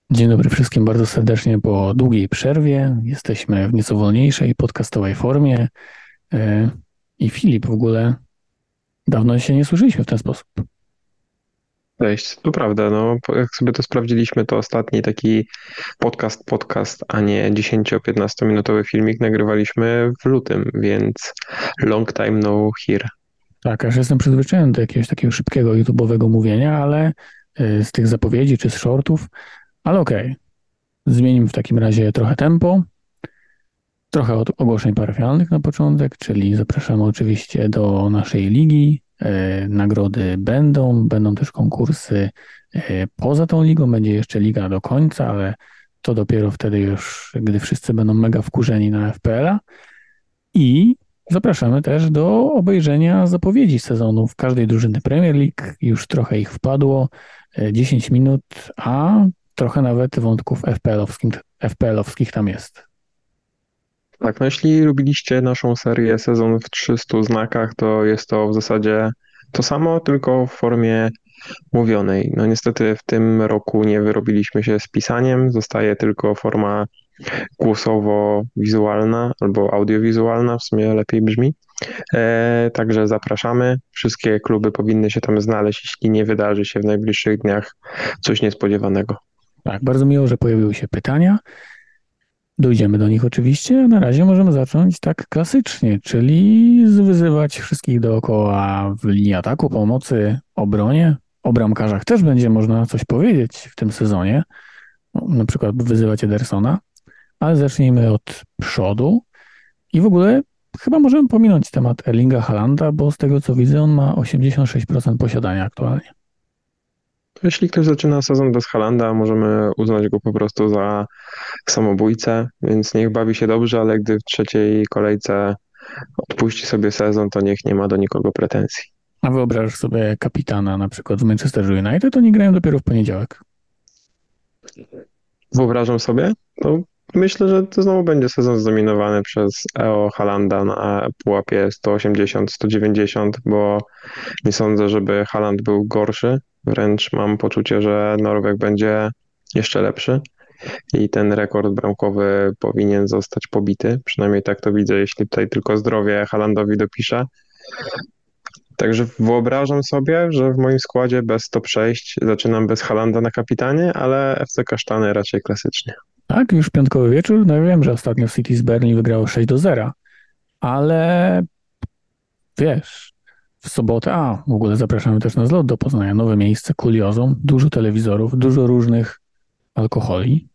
Dzień dobry wszystkim bardzo serdecznie po długiej przerwie. Jesteśmy w nieco wolniejszej podcastowej formie. E, I Filip, w ogóle dawno się nie słyszeliśmy w ten sposób. Cześć, to prawda, no jak sobie to sprawdziliśmy, to ostatni taki podcast, a nie 10-15 minutowy filmik nagrywaliśmy w lutym, więc long time no here. Tak, aż jestem przyzwyczajony do jakiegoś takiego szybkiego YouTube'owego mówienia, ale z tych zapowiedzi czy z shortów, ale okej. Zmienimy w takim razie trochę tempo, trochę od ogłoszeń parafialnych na początek, czyli zapraszamy oczywiście do naszej ligi. Nagrody będą też konkursy poza tą ligą, będzie jeszcze liga do końca, ale to dopiero wtedy już, gdy wszyscy będą mega wkurzeni na FPL-a. I zapraszamy też do obejrzenia zapowiedzi sezonów każdej drużyny Premier League. Już trochę ich wpadło, 10 minut, a trochę nawet wątków FPL-owskich tam jest. Tak, no jeśli lubiliście naszą serię Sezon w 300 znakach, to jest to w zasadzie to samo, tylko w formie mówionej. No niestety w tym roku nie wyrobiliśmy się z pisaniem, zostaje tylko forma głosowo-wizualna albo audiowizualna, w sumie lepiej brzmi. Także zapraszamy. Wszystkie kluby powinny się tam znaleźć, jeśli nie wydarzy się w najbliższych dniach coś niespodziewanego. Tak, bardzo miło, że pojawiły się pytania. Dojdziemy do nich oczywiście, a na razie możemy zacząć tak klasycznie, czyli wyzywać wszystkich dookoła w linii ataku, pomocy, obronie. O bramkarzach też będzie można coś powiedzieć w tym sezonie, no, na przykład wyzywać Edersona, ale zacznijmy od przodu i w ogóle chyba możemy pominąć temat Erlinga Haalanda, bo z tego co widzę on ma 86% posiadania aktualnie. Jeśli ktoś zaczyna sezon bez Halanda, możemy uznać go po prostu za samobójcę, więc niech bawi się dobrze, ale gdy w trzeciej kolejce odpuści sobie sezon, to niech nie ma do nikogo pretensji. A wyobraź sobie kapitana na przykład w Manchester United, to nie grają dopiero w poniedziałek. Wyobrażam sobie, to myślę, że to znowu będzie sezon zdominowany przez EO Halanda na pułapie 180-190, bo nie sądzę, żeby Haaland był gorszy. Wręcz mam poczucie, że Norweg będzie jeszcze lepszy i ten rekord bramkowy powinien zostać pobity. Przynajmniej tak to widzę, jeśli tutaj tylko zdrowie Haalandowi dopisze. Także wyobrażam sobie, że w moim składzie bez top 6 zaczynam bez Haalanda na kapitanie, ale FC Kasztany raczej klasycznie. Tak, już piątkowy wieczór. No ja wiem, że ostatnio City z Berlin wygrało 6-0, ale wiesz, w sobotę, w ogóle zapraszamy też na zlot do Poznania. Nowe miejsce, kuriozum, dużo telewizorów, dużo różnych alkoholi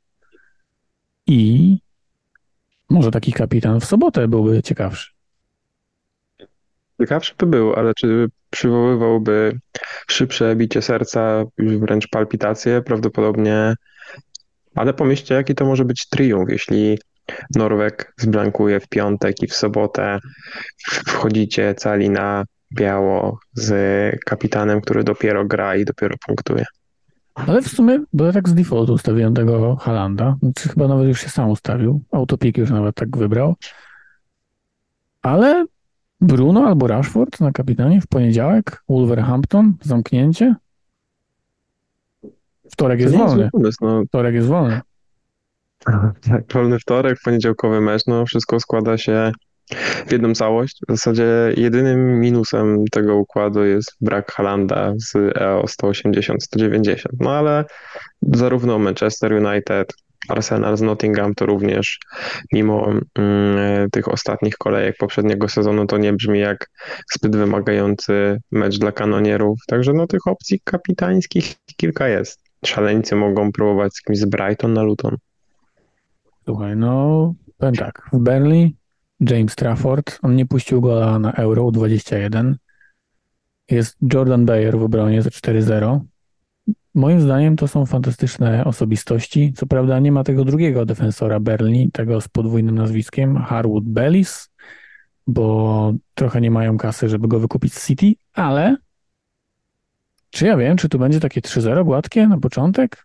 i może taki kapitan w sobotę byłby ciekawszy. Ciekawszy by był, ale czy przywoływałby szybsze bicie serca, już wręcz palpitacje? Prawdopodobnie. Ale pomyślcie, jaki to może być triumf, jeśli Norweg zblankuje w piątek i w sobotę wchodzicie cali na biało z kapitanem, który dopiero gra i dopiero punktuje. Ale w sumie, bo ja tak z defaultu ustawiłem tego Halanda, czy chyba nawet już się sam ustawił, Autopik już nawet tak wybrał, ale Bruno albo Rashford na kapitanie w poniedziałek, Wolverhampton, zamknięcie, wtorek To jest nie jest zły wolny, pomysł. No, wtorek jest wolny. tak, wolny wtorek, poniedziałkowy mecz, no wszystko składa się w jedną całość. W zasadzie jedynym minusem tego układu jest brak Halanda z EO 180-190. No ale zarówno Manchester United, Arsenal z Nottingham to również, mimo tych ostatnich kolejek poprzedniego sezonu, to nie brzmi jak zbyt wymagający mecz dla kanonierów. Także no tych opcji kapitańskich kilka jest. Szaleńcy mogą próbować z kimś z Brighton na Luton. Słuchaj, no powiem tak, w Burnley James Trafford, on nie puścił gola na Euro U21. Jest Jordan Bayer w obronie za 4-0. Moim zdaniem to są fantastyczne osobistości. Co prawda nie ma tego drugiego defensora Burnley, tego z podwójnym nazwiskiem, Harwood Bellis, bo trochę nie mają kasy, żeby go wykupić z City, ale czy ja wiem, czy tu będzie takie 3-0 gładkie na początek?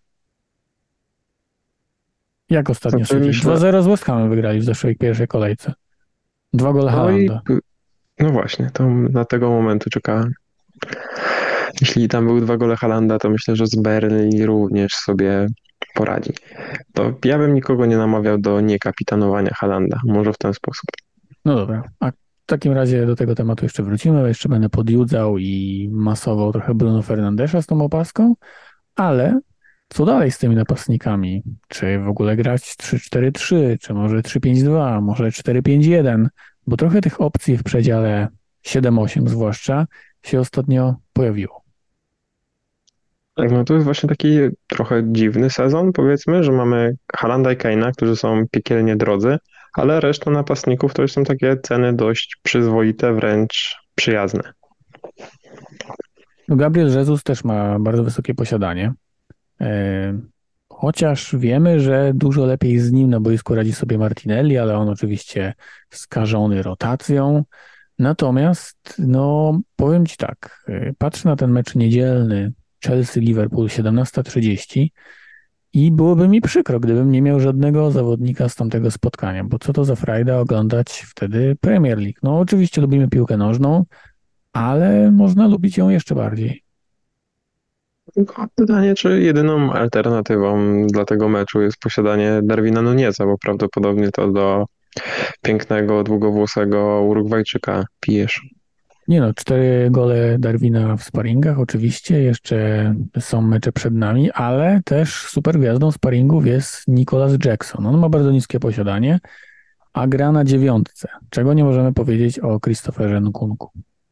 Jak ostatnio Znaczy City? myślę, 2-0 z West Hamem wygrali w zeszłej pierwszej kolejce. Dwa gole no i Haalanda. no właśnie, to na tego momentu czekałem. Jeśli tam były dwa gole Halanda, to myślę, że z Burnley również sobie poradzi. To ja bym nikogo nie namawiał do niekapitanowania Haalanda. Może w ten sposób. No dobra, a w takim razie do tego tematu jeszcze wrócimy. Jeszcze będę podjudzał i masował trochę Bruno Fernandesza z tą opaską, ale co dalej z tymi napastnikami? Czy w ogóle grać 3-4-3, czy może 3-5-2, może 4-5-1? Bo trochę tych opcji w przedziale 7-8 zwłaszcza się ostatnio pojawiło. Tak, no to jest właśnie taki trochę dziwny sezon, powiedzmy, że mamy Haalanda i Kane'a, którzy są piekielnie drodzy, ale reszta napastników to już są takie ceny dość przyzwoite, wręcz przyjazne. No Gabriel Jesus też ma bardzo wysokie posiadanie. E, Chociaż wiemy, że dużo lepiej z nim na boisku radzi sobie Martinelli, ale on oczywiście skażony rotacją. Natomiast, no, powiem Ci tak, patrzę na ten mecz niedzielny Chelsea-Liverpool 17:30 i byłoby mi przykro, gdybym nie miał żadnego zawodnika z tamtego spotkania, bo co to za frajda oglądać wtedy Premier League. No, oczywiście lubimy piłkę nożną, ale można lubić ją jeszcze bardziej. Tylko pytanie, czy jedyną alternatywą dla tego meczu jest posiadanie Darwina Nuneza, bo prawdopodobnie to do pięknego, długowłosego Urugwajczyka pijesz. Nie no, 4 gole Darwina w sparingach, oczywiście, jeszcze są mecze przed nami, ale też super gwiazdą sparingów jest Nicolas Jackson. On ma bardzo niskie posiadanie, a gra na 9, czego nie możemy powiedzieć o Christopherze Nkunku.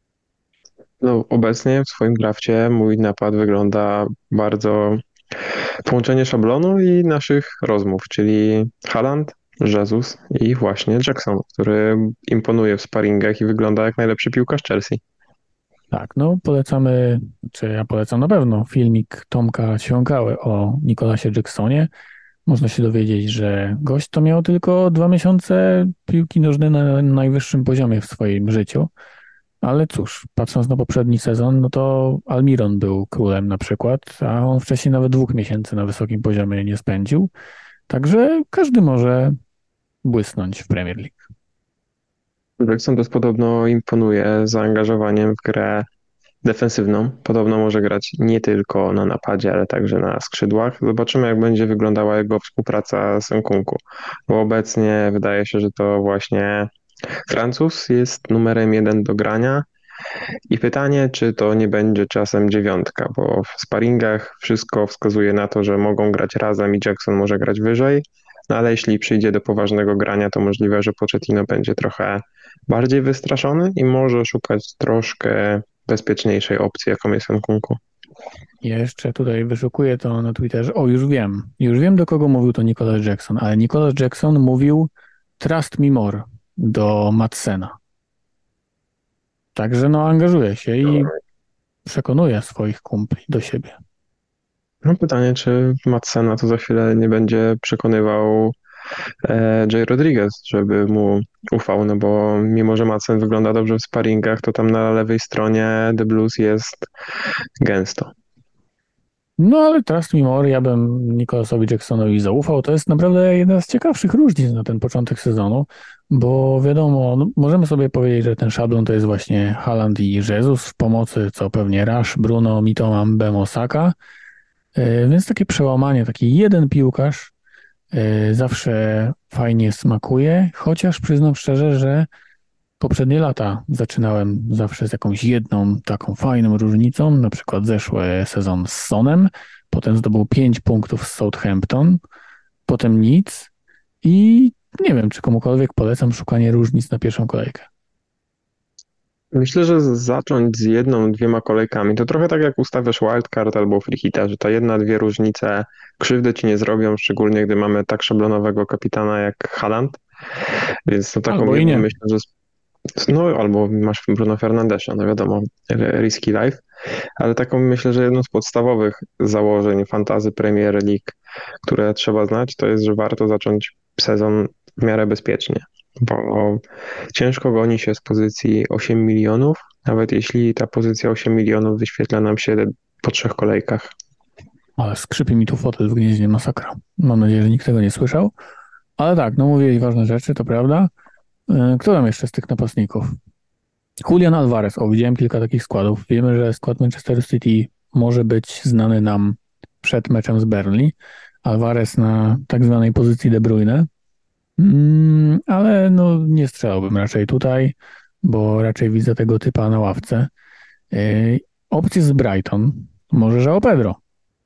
No, obecnie w swoim drafcie mój napad wygląda bardzo połączenie szablonu i naszych rozmów, czyli Haaland, Jesus i właśnie Jackson, który imponuje w sparingach i wygląda jak najlepszy piłkarz Chelsea. Tak, no polecamy, czy ja polecam na pewno filmik Tomka Ciąkały o Nicolasie Jacksonie. Można się dowiedzieć, że gość to miał tylko 2 miesiące piłki nożnej na najwyższym poziomie w swoim życiu. Ale cóż, patrząc na poprzedni sezon, no to Almiron był królem na przykład, a on wcześniej nawet 2 miesięcy na wysokim poziomie nie spędził. Także każdy może błysnąć w Premier League. Jackson też podobno imponuje zaangażowaniem w grę defensywną. Podobno może grać nie tylko na napadzie, ale także na skrzydłach. Zobaczymy, jak będzie wyglądała jego współpraca z Nkunku, bo obecnie wydaje się, że to właśnie Francuz jest numerem 1 do grania. I pytanie, czy to nie będzie czasem dziewiątka, bo w sparingach wszystko wskazuje na to, że mogą grać razem i Jackson może grać wyżej, no ale jeśli przyjdzie do poważnego grania, to możliwe, że Pochettino będzie trochę bardziej wystraszony i może szukać troszkę bezpieczniejszej opcji, jaką jest Nkunku. Jeszcze tutaj wyszukuję to na Twitterze. O, już wiem do kogo mówił to Nicolas Jackson, ale Nicolas Jackson mówił Trust me more do Madsena. Także no angażuje się i przekonuje swoich kumpli do siebie. No pytanie, czy Madsena to za chwilę nie będzie przekonywał Jay Rodriguez, żeby mu ufał, no bo mimo, że Madsen wygląda dobrze w sparingach, to tam na lewej stronie The Blues jest gęsto. No ale Trust Me More, ja bym Nicolasowi Jacksonowi zaufał. To jest naprawdę jedna z ciekawszych różnic na ten początek sezonu, bo wiadomo, no, możemy sobie powiedzieć, że ten szablon to jest właśnie Haaland i Jesus w pomocy, co pewnie Rush, Bruno, Mitoma, Mbemo, Saka. Więc takie przełamanie, taki jeden piłkarz zawsze fajnie smakuje, chociaż przyznam szczerze, że poprzednie lata zaczynałem zawsze z jakąś jedną taką fajną różnicą, na przykład zeszły sezon z Sonem, potem zdobył 5 punktów z Southampton, potem nic i nie wiem, czy komukolwiek polecam szukanie różnic na pierwszą kolejkę. Myślę, że zacząć z jedną, dwiema kolejkami, to trochę tak jak ustawiasz wildcard albo free hita, że ta jedna, dwie różnice krzywdy ci nie zrobią, szczególnie gdy mamy tak szablonowego kapitana jak Haaland, więc to taką Albo i jedną nie. myślę, że no albo masz Bruno Fernandesza, no wiadomo, risky life, ale taką myślę, że jedną z podstawowych założeń fantasy Premier League, które trzeba znać, to jest, że warto zacząć sezon w miarę bezpiecznie, bo ciężko goni się z pozycji 8 milionów, nawet jeśli ta pozycja 8 milionów wyświetla nam się po 3 kolejkach. Ale skrzypi mi tu fotel w gnieździe, masakra. Mam nadzieję, że nikt tego nie słyszał. Ale tak, no mówiłeś ważne rzeczy, to prawda. Kto tam jeszcze z tych napastników? Julian Alvarez. O, widziałem kilka takich składów. Wiemy, że skład Manchester City może być znany nam przed meczem z Burnley, Alvarez na tak zwanej pozycji De Bruyne. Ale no nie strzelałbym raczej tutaj, bo raczej widzę tego typa na ławce. Opcje z Brighton. Może João Pedro.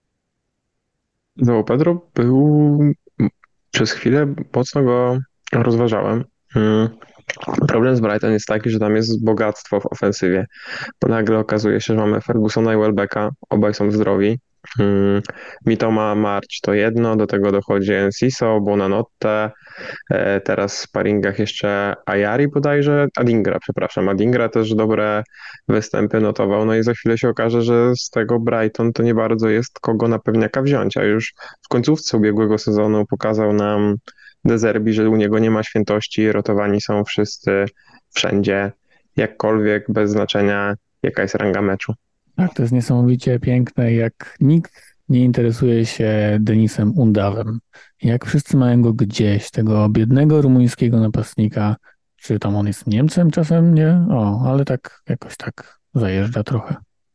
João Pedro był przez chwilę mocno go rozważałem. Mm, Problem z Brighton jest taki, że tam jest bogactwo w ofensywie, bo nagle okazuje się, że mamy Fergusona i Welbecka, obaj są zdrowi. Mm, Mitoma, March to jedno, do tego dochodzi Enciso, Buonanotte, teraz w sparingach jeszcze Ayari bodajże, Adingra, przepraszam, Adingra też dobre występy notował, no i za chwilę się okaże, że z tego Brighton to nie bardzo jest kogo na pewniaka wziąć, a już w końcówce ubiegłego sezonu pokazał nam De Zerbi, że u niego nie ma świętości, rotowani są wszyscy, wszędzie, jakkolwiek, bez znaczenia jaka jest ranga meczu. Tak, to jest niesamowicie piękne, jak nikt nie interesuje się Denisem Undawem. Jak wszyscy mają go gdzieś, tego biednego rumuńskiego napastnika. Czy tam on jest Niemcem czasem? Nie? O, ale tak jakoś tak zajeżdża trochę.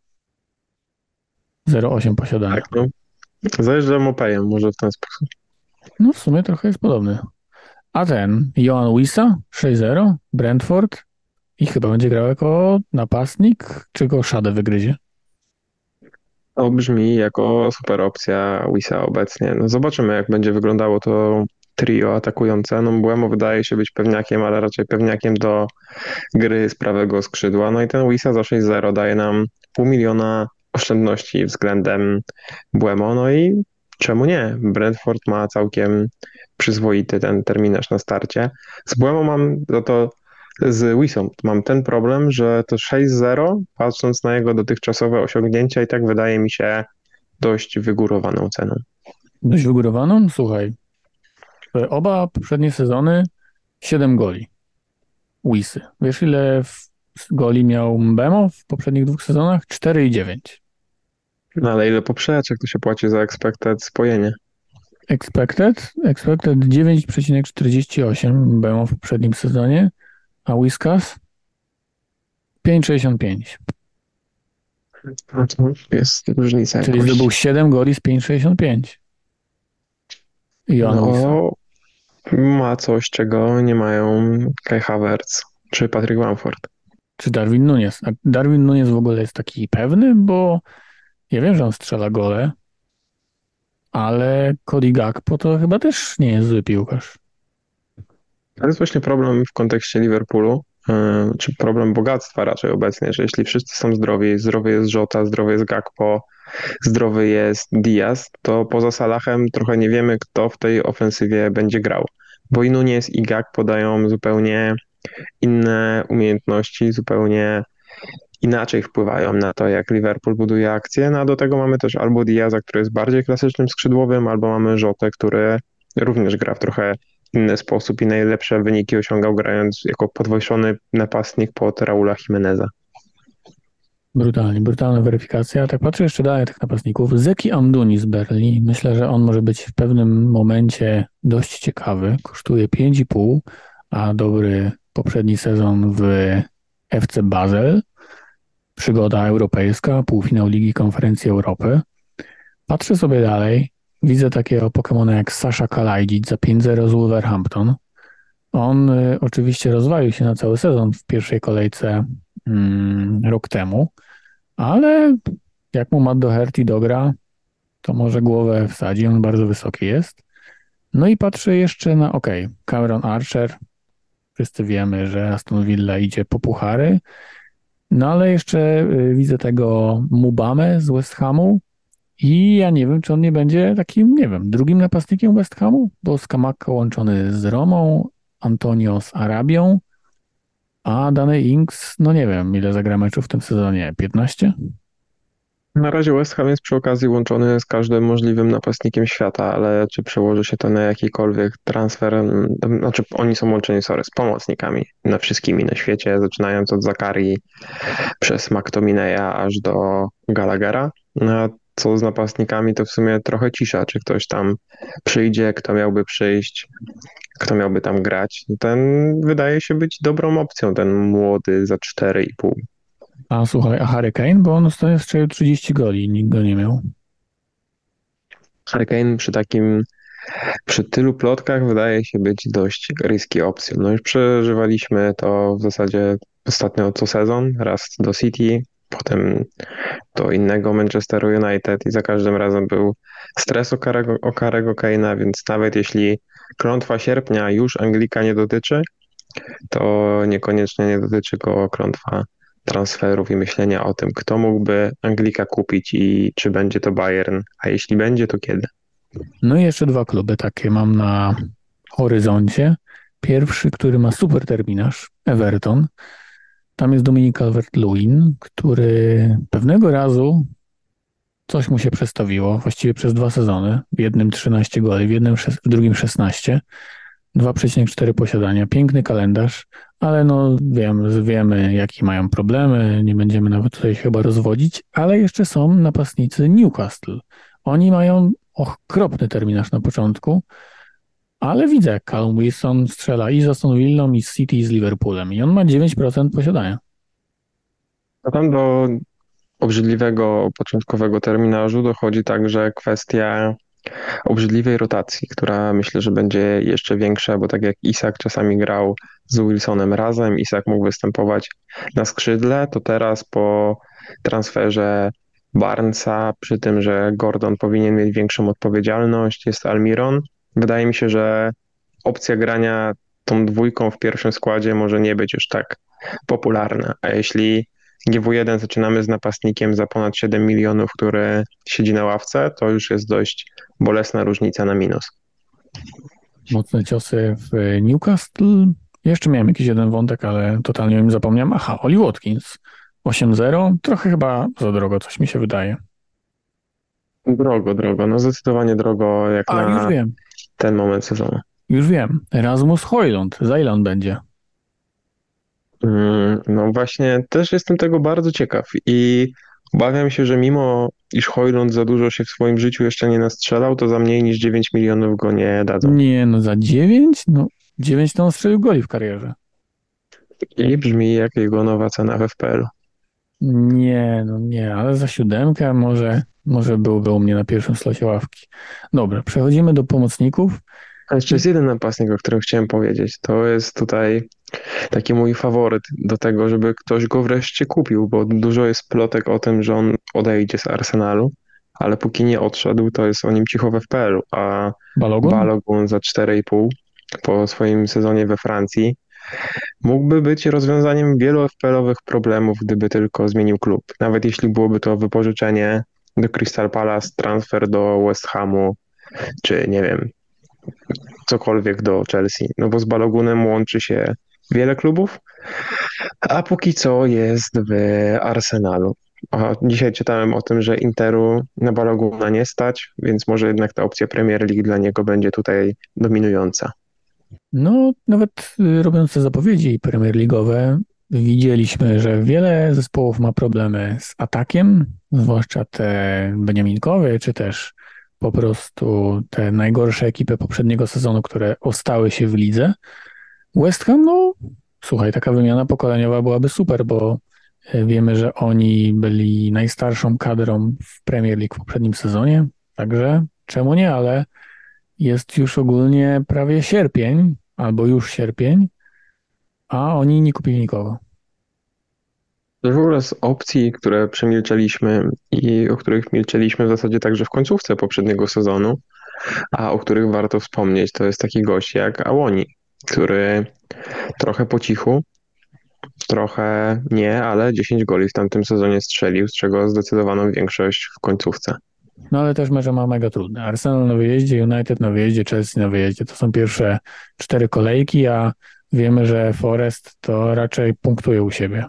0,8 posiadania. Tak, no. Zajeżdżam Mopejem, może w ten sposób. No w sumie trochę jest podobny. A ten, Johan Wissa, 6-0, Brentford i chyba będzie grał jako napastnik, czy go Szadę wygryzie? To brzmi jako super opcja Wisa obecnie. No zobaczymy, jak będzie wyglądało to trio atakujące. No Mbeumo wydaje się być pewniakiem, ale raczej pewniakiem do gry z prawego skrzydła. No i ten Wisa za 6-0 daje nam 500 000 oszczędności względem Mbeumo. No i czemu nie? Brentford ma całkiem przyzwoity ten terminarz na starcie. Z Mbeumo mam za to z Wisą mam ten problem, że to 6-0, patrząc na jego dotychczasowe osiągnięcia, i tak wydaje mi się dość wygórowaną ceną. Dość wygórowaną? Słuchaj, oba poprzednie sezony 7 goli. Wisy. Wiesz, ile goli miał Mbemo w poprzednich dwóch sezonach? 4,9. No ale ile poprzeczek tu się płaci za expected spojenie? Expected 9,48 Mbemo w poprzednim sezonie, a Whiskas 5,65. No to jest różnica Czyli zdobył jakości. 7 goli z 5,65. Johan Wissa. No, ma coś, czego nie mają Kai Havertz czy Patrick Bamford. Czy Darwin Núñez? A Darwin Núñez w ogóle jest taki pewny, bo ja wiem, że on strzela gole, ale Cody Gakpo to chyba też nie jest zły piłkarz. To jest właśnie problem w kontekście Liverpoolu, czy problem bogactwa raczej obecnie, że jeśli wszyscy są zdrowi, zdrowy jest Jota, zdrowy jest Gakpo, zdrowy jest Diaz, to poza Salahem trochę nie wiemy, kto w tej ofensywie będzie grał. Bo i Núñez i Gakpo dają zupełnie inne umiejętności, zupełnie inaczej wpływają na to, jak Liverpool buduje akcję. No a do tego mamy też albo Diaza, który jest bardziej klasycznym skrzydłowym, albo mamy Jotę, który również gra w trochę inny sposób i najlepsze wyniki osiągał grając jako podwyższony napastnik pod Raula Jimeneza. Brutalnie, brutalna weryfikacja. Tak patrzę jeszcze dalej tych napastników. Zeki Amduni z Berli. Myślę, że on może być w pewnym momencie dość ciekawy. Kosztuje 5,5, a dobry poprzedni sezon w FC Basel. Przygoda europejska, półfinał Ligi Konferencji Europy. Patrzę sobie dalej. Widzę takiego Pokemona jak Sasha Kalajdzic za 5,0 z Wolverhampton. On oczywiście rozwalił się na cały sezon w pierwszej kolejce rok temu, ale jak mu Matt Doherty dogra, to może głowę wsadzi, on bardzo wysoki jest. No i patrzę jeszcze na, Cameron Archer. Wszyscy wiemy, że Aston Villa idzie po puchary. No ale jeszcze widzę tego Mubamę z West Hamu i ja nie wiem, czy on nie będzie takim, nie wiem, drugim napastnikiem West Hamu, bo Scamacca łączony z Romą, Antonio z Arabią, a Danny Ings, no nie wiem, ile zagra meczów w tym sezonie, 15? Na razie West Ham jest przy okazji łączony z każdym możliwym napastnikiem świata, ale czy przełoży się to na jakikolwiek transfer? Znaczy oni są łączeni, sorry, z pomocnikami na wszystkimi na świecie, zaczynając od Zakarii przez McTominaya aż do Gallaghera. No, a co z napastnikami, to w sumie trochę cisza, czy ktoś tam przyjdzie, kto miałby przyjść, kto miałby tam grać. Ten wydaje się być dobrą opcją, ten młody za 4,5. A słuchaj, a Harry Kane, bo on ostatnio strzelił 30 goli, nikt go nie miał. Ale Kane przy tylu plotkach wydaje się być dość risky opcją. No już przeżywaliśmy to w zasadzie ostatnio co sezon, raz do City, potem do innego Manchesteru United i za każdym razem był stres o Karego Kane'a, więc nawet jeśli klątwa sierpnia już Anglika nie dotyczy, to niekoniecznie nie dotyczy go klątwa transferów i myślenia o tym, kto mógłby Anglika kupić i czy będzie to Bayern, a jeśli będzie, to kiedy. No i jeszcze dwa kluby takie mam na horyzoncie. Pierwszy, który ma super terminarz, Everton. Tam jest Dominic Calvert-Lewin, który pewnego razu coś mu się przestawiło, właściwie przez 2 sezony. W jednym 13 goli, w drugim 16. 2,4 posiadania. Piękny kalendarz, ale no wiemy, jakie mają problemy. Nie będziemy nawet tutaj się chyba rozwodzić, ale jeszcze są napastnicy Newcastle. Oni mają okropny terminarz na początku, ale widzę, jak Callum Wilson strzela i z Aston Villą, i z City, i z Liverpoolem. I on ma 9% posiadania. A tam do obrzydliwego początkowego terminarzu dochodzi także kwestia obrzydliwej rotacji, która myślę, że będzie jeszcze większa, bo tak jak Isak czasami grał z Wilsonem razem, Isak mógł występować na skrzydle, to teraz po transferze Barnesa, przy tym, że Gordon powinien mieć większą odpowiedzialność, jest Almiron. Wydaje mi się, że opcja grania tą dwójką w pierwszym składzie może nie być już tak popularna, a jeśli GW1 zaczynamy z napastnikiem za ponad 7 milionów, który siedzi na ławce, to już jest dość bolesna różnica na minus. Mocne ciosy w Newcastle. Jeszcze miałem jakiś jeden wątek, ale totalnie o nim zapomniałem. Aha, Oli Watkins. 8-0. Trochę chyba za drogo, coś mi się wydaje. Drogo, drogo. No zdecydowanie drogo jak A, już na wiem. ten moment sezonu. Już wiem. Erasmus Højlund. Za ile on będzie? No właśnie, też jestem tego bardzo ciekaw i obawiam się, że mimo iż Højlund za dużo się w swoim życiu jeszcze nie nastrzelał, to za mniej niż 9 milionów go nie dadzą. Nie, no za 9? No 9 to on strzelił goli w karierze. I brzmi jak jego nowa cena w FPL. Nie, no nie, ale za 7 może byłby u mnie na pierwszym slocie ławki. Dobra, przechodzimy do pomocników. A jeszcze jest jeden napastnik, o którym chciałem powiedzieć. To jest tutaj taki mój faworyt do tego, żeby ktoś go wreszcie kupił, bo dużo jest plotek o tym, że on odejdzie z Arsenalu, ale póki nie odszedł, to jest o nim cicho w FPL-u, a Balogun? Balogun za 4,5 po swoim sezonie we Francji mógłby być rozwiązaniem wielu FPL-owych problemów, gdyby tylko zmienił klub. Nawet jeśli byłoby to wypożyczenie do Crystal Palace, transfer do West Hamu, czy nie wiem, cokolwiek do Chelsea. No bo z Balogunem łączy się wiele klubów, a póki co jest w Arsenalu. A dzisiaj czytałem o tym, że Interu na Baloguna nie stać, więc może jednak ta opcja Premier League dla niego będzie tutaj dominująca. No, nawet robiąc te zapowiedzi Premier League'owe, widzieliśmy, że wiele zespołów ma problemy z atakiem, zwłaszcza te beniaminkowe, czy też po prostu te najgorsze ekipy poprzedniego sezonu, które ostały się w lidze. West Ham, no słuchaj, taka wymiana pokoleniowa byłaby super, bo wiemy, że oni byli najstarszą kadrą w Premier League w poprzednim sezonie, także czemu nie, ale jest już ogólnie prawie sierpień, albo już sierpień, a oni nie kupili nikogo. To w ogóle z opcji, które przemilczeliśmy i o których milczeliśmy w zasadzie także w końcówce poprzedniego sezonu, a o których warto wspomnieć, to jest taki gość jak Awoni, który trochę po cichu, trochę nie, ale 10 goli w tamtym sezonie strzelił, z czego zdecydowaną większość w końcówce. No ale też mecze ma mega trudne. Arsenal na wyjeździe, United na wyjeździe, Chelsea na wyjeździe. To są pierwsze 4 kolejki, a wiemy, że Forest to raczej punktuje u siebie.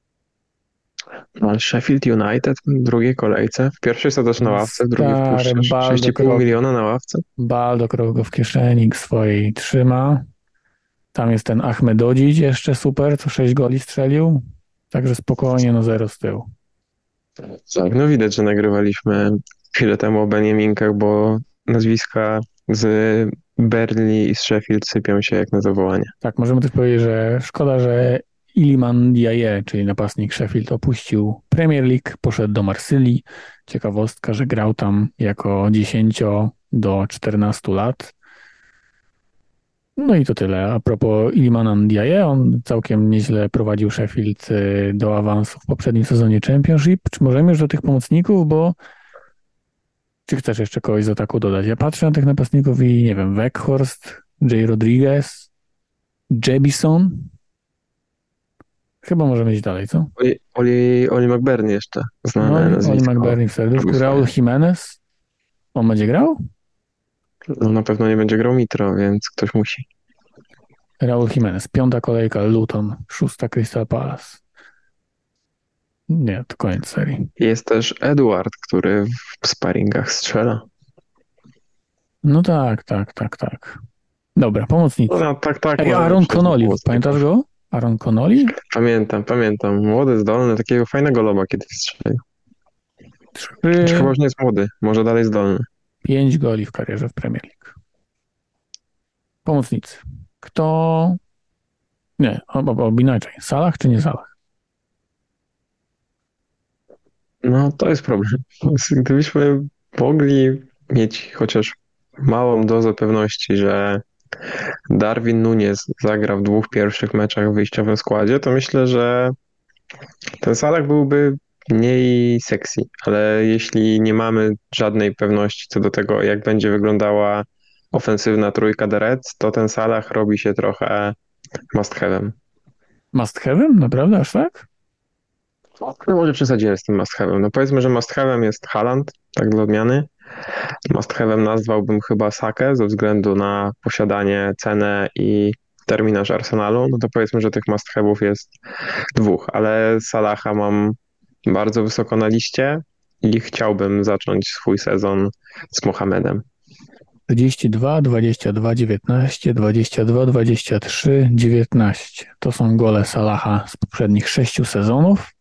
No, ale Sheffield United w drugiej kolejce, w pierwszej sadzasz na ławce, w drugiej Stary wpuszczasz 6,5 miliona na ławce. Baldo go w kieszeni swojej trzyma. Tam jest ten Ahmedodzic jeszcze super, co 6 goli strzelił. Także spokojnie, no 0 z tyłu. Tak, no widać, że nagrywaliśmy chwilę temu o Beniaminkach, bo nazwiska z Burnley i z Sheffield sypią się jak na zawołanie. Tak, możemy też powiedzieć, że szkoda, że Iliman Ndiaye, czyli napastnik Sheffield, opuścił Premier League, poszedł do Marsylii. Ciekawostka, że grał tam jako 10 do 14 lat. No i to tyle. A propos Ilimana Ndiaye, on całkiem nieźle prowadził Sheffield do awansu w poprzednim sezonie Championship. Czy możemy już do tych pomocników, bo czy chcesz jeszcze kogoś z ataku dodać? Ja patrzę na tych napastników i nie wiem, Weghorst, Jay Rodriguez, Jebison. Chyba możemy iść dalej, co? Oli McBurney jeszcze, No, znane Oli nazwisko. McBurney w serduszku, Raul Błogosławie. Jimenez. On będzie grał? No na pewno nie będzie grał Mitro, więc ktoś musi. Raul Jimenez. Piąta kolejka Luton, szósta Crystal Palace. Nie, to koniec serii. Jest też Edward, który w sparingach strzela. No tak, tak, tak, tak. Dobra, pomocnicy. No tak, tak, Ej, możemy Aaron przejść do Connolly, pamiętasz pomocników. go? Aaron Connolly? Pamiętam. Młody, zdolny, takiego fajnego loba kiedyś strzelił. Czy chyba Trzy, już nie jest młody, może dalej zdolny. 5 goli w karierze w Premier League. Pomocnicy. Kto... Nie, inaczej. Salah czy nie Salah? No to jest problem. Gdybyśmy mogli mieć chociaż małą dozę pewności, że Darwin Núñez zagra w dwóch pierwszych meczach w wyjściowym składzie, to myślę, że ten Salah byłby mniej sexy, ale jeśli nie mamy żadnej pewności co do tego, jak będzie wyglądała ofensywna trójka The Reds, to ten Salah robi się trochę must have'em. Must have'em? Naprawdę, aż tak? No może przesadziłem z tym must have'em. No powiedzmy, że must have'em jest Haaland, tak dla odmiany. Must have'em nazwałbym chyba Sakę ze względu na posiadanie, cenę i terminarz Arsenalu. No to powiedzmy, że tych must have'ów jest dwóch, ale Salaha mam bardzo wysoko na liście i chciałbym zacząć swój sezon z Mohamedem. 32, 22, 19, 22, 23, 19. To są gole Salaha z poprzednich 6 sezonów.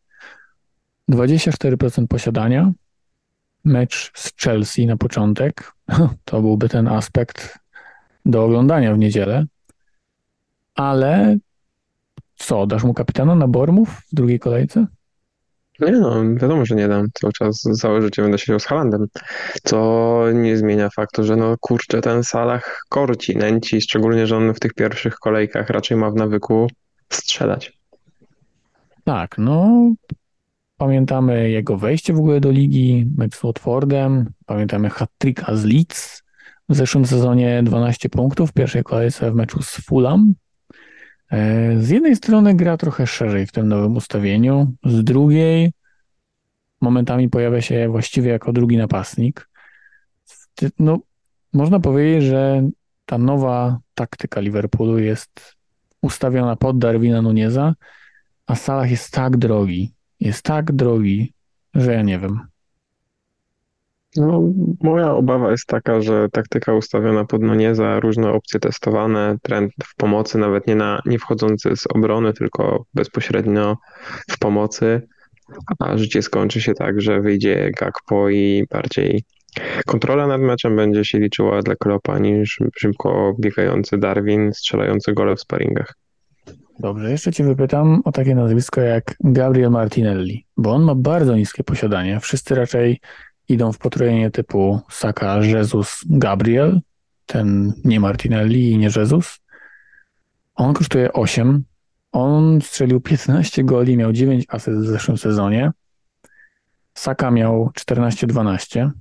24% posiadania. Mecz z Chelsea na początek. To byłby ten aspekt do oglądania w niedzielę. Ale co, dasz mu kapitana na Bournemouth w drugiej kolejce? Nie no, wiadomo, że nie dam. Cały czas całe życie będę siedział z Haalandem. Co nie zmienia faktu, że no kurczę, ten Salah korci, nęci, szczególnie, że on w tych pierwszych kolejkach raczej ma w nawyku strzelać. Tak, no pamiętamy jego wejście w ogóle do ligi, mecz z Watfordem, pamiętamy hat-tricka z Leeds w zeszłym sezonie 12 punktów w pierwszej kolejce w meczu z Fulham. Z jednej strony gra trochę szerzej w tym nowym ustawieniu, z drugiej momentami pojawia się właściwie jako drugi napastnik. No, można powiedzieć, że ta nowa taktyka Liverpoolu jest ustawiona pod Darwina Núñeza, a Salah jest tak drogi, że ja nie wiem. No, moja obawa jest taka, że taktyka ustawiona pod Nuneza, różne opcje testowane, trend w pomocy, nawet nie wchodzący z obrony, tylko bezpośrednio w pomocy, a życie skończy się tak, że wyjdzie Gakpo i bardziej kontrola nad meczem będzie się liczyła dla Kloppa niż szybko biegający Darwin, strzelający gole w sparingach. Dobrze, jeszcze Cię wypytam o takie nazwisko jak Gabriel Martinelli, bo on ma bardzo niskie posiadanie. Wszyscy raczej idą w potrojenie typu Saka, Jesus, Gabriel, ten nie Martinelli i nie Jesus. On kosztuje 8. On strzelił 15 goli, miał 9 asyst w zeszłym sezonie. Saka miał 14-12,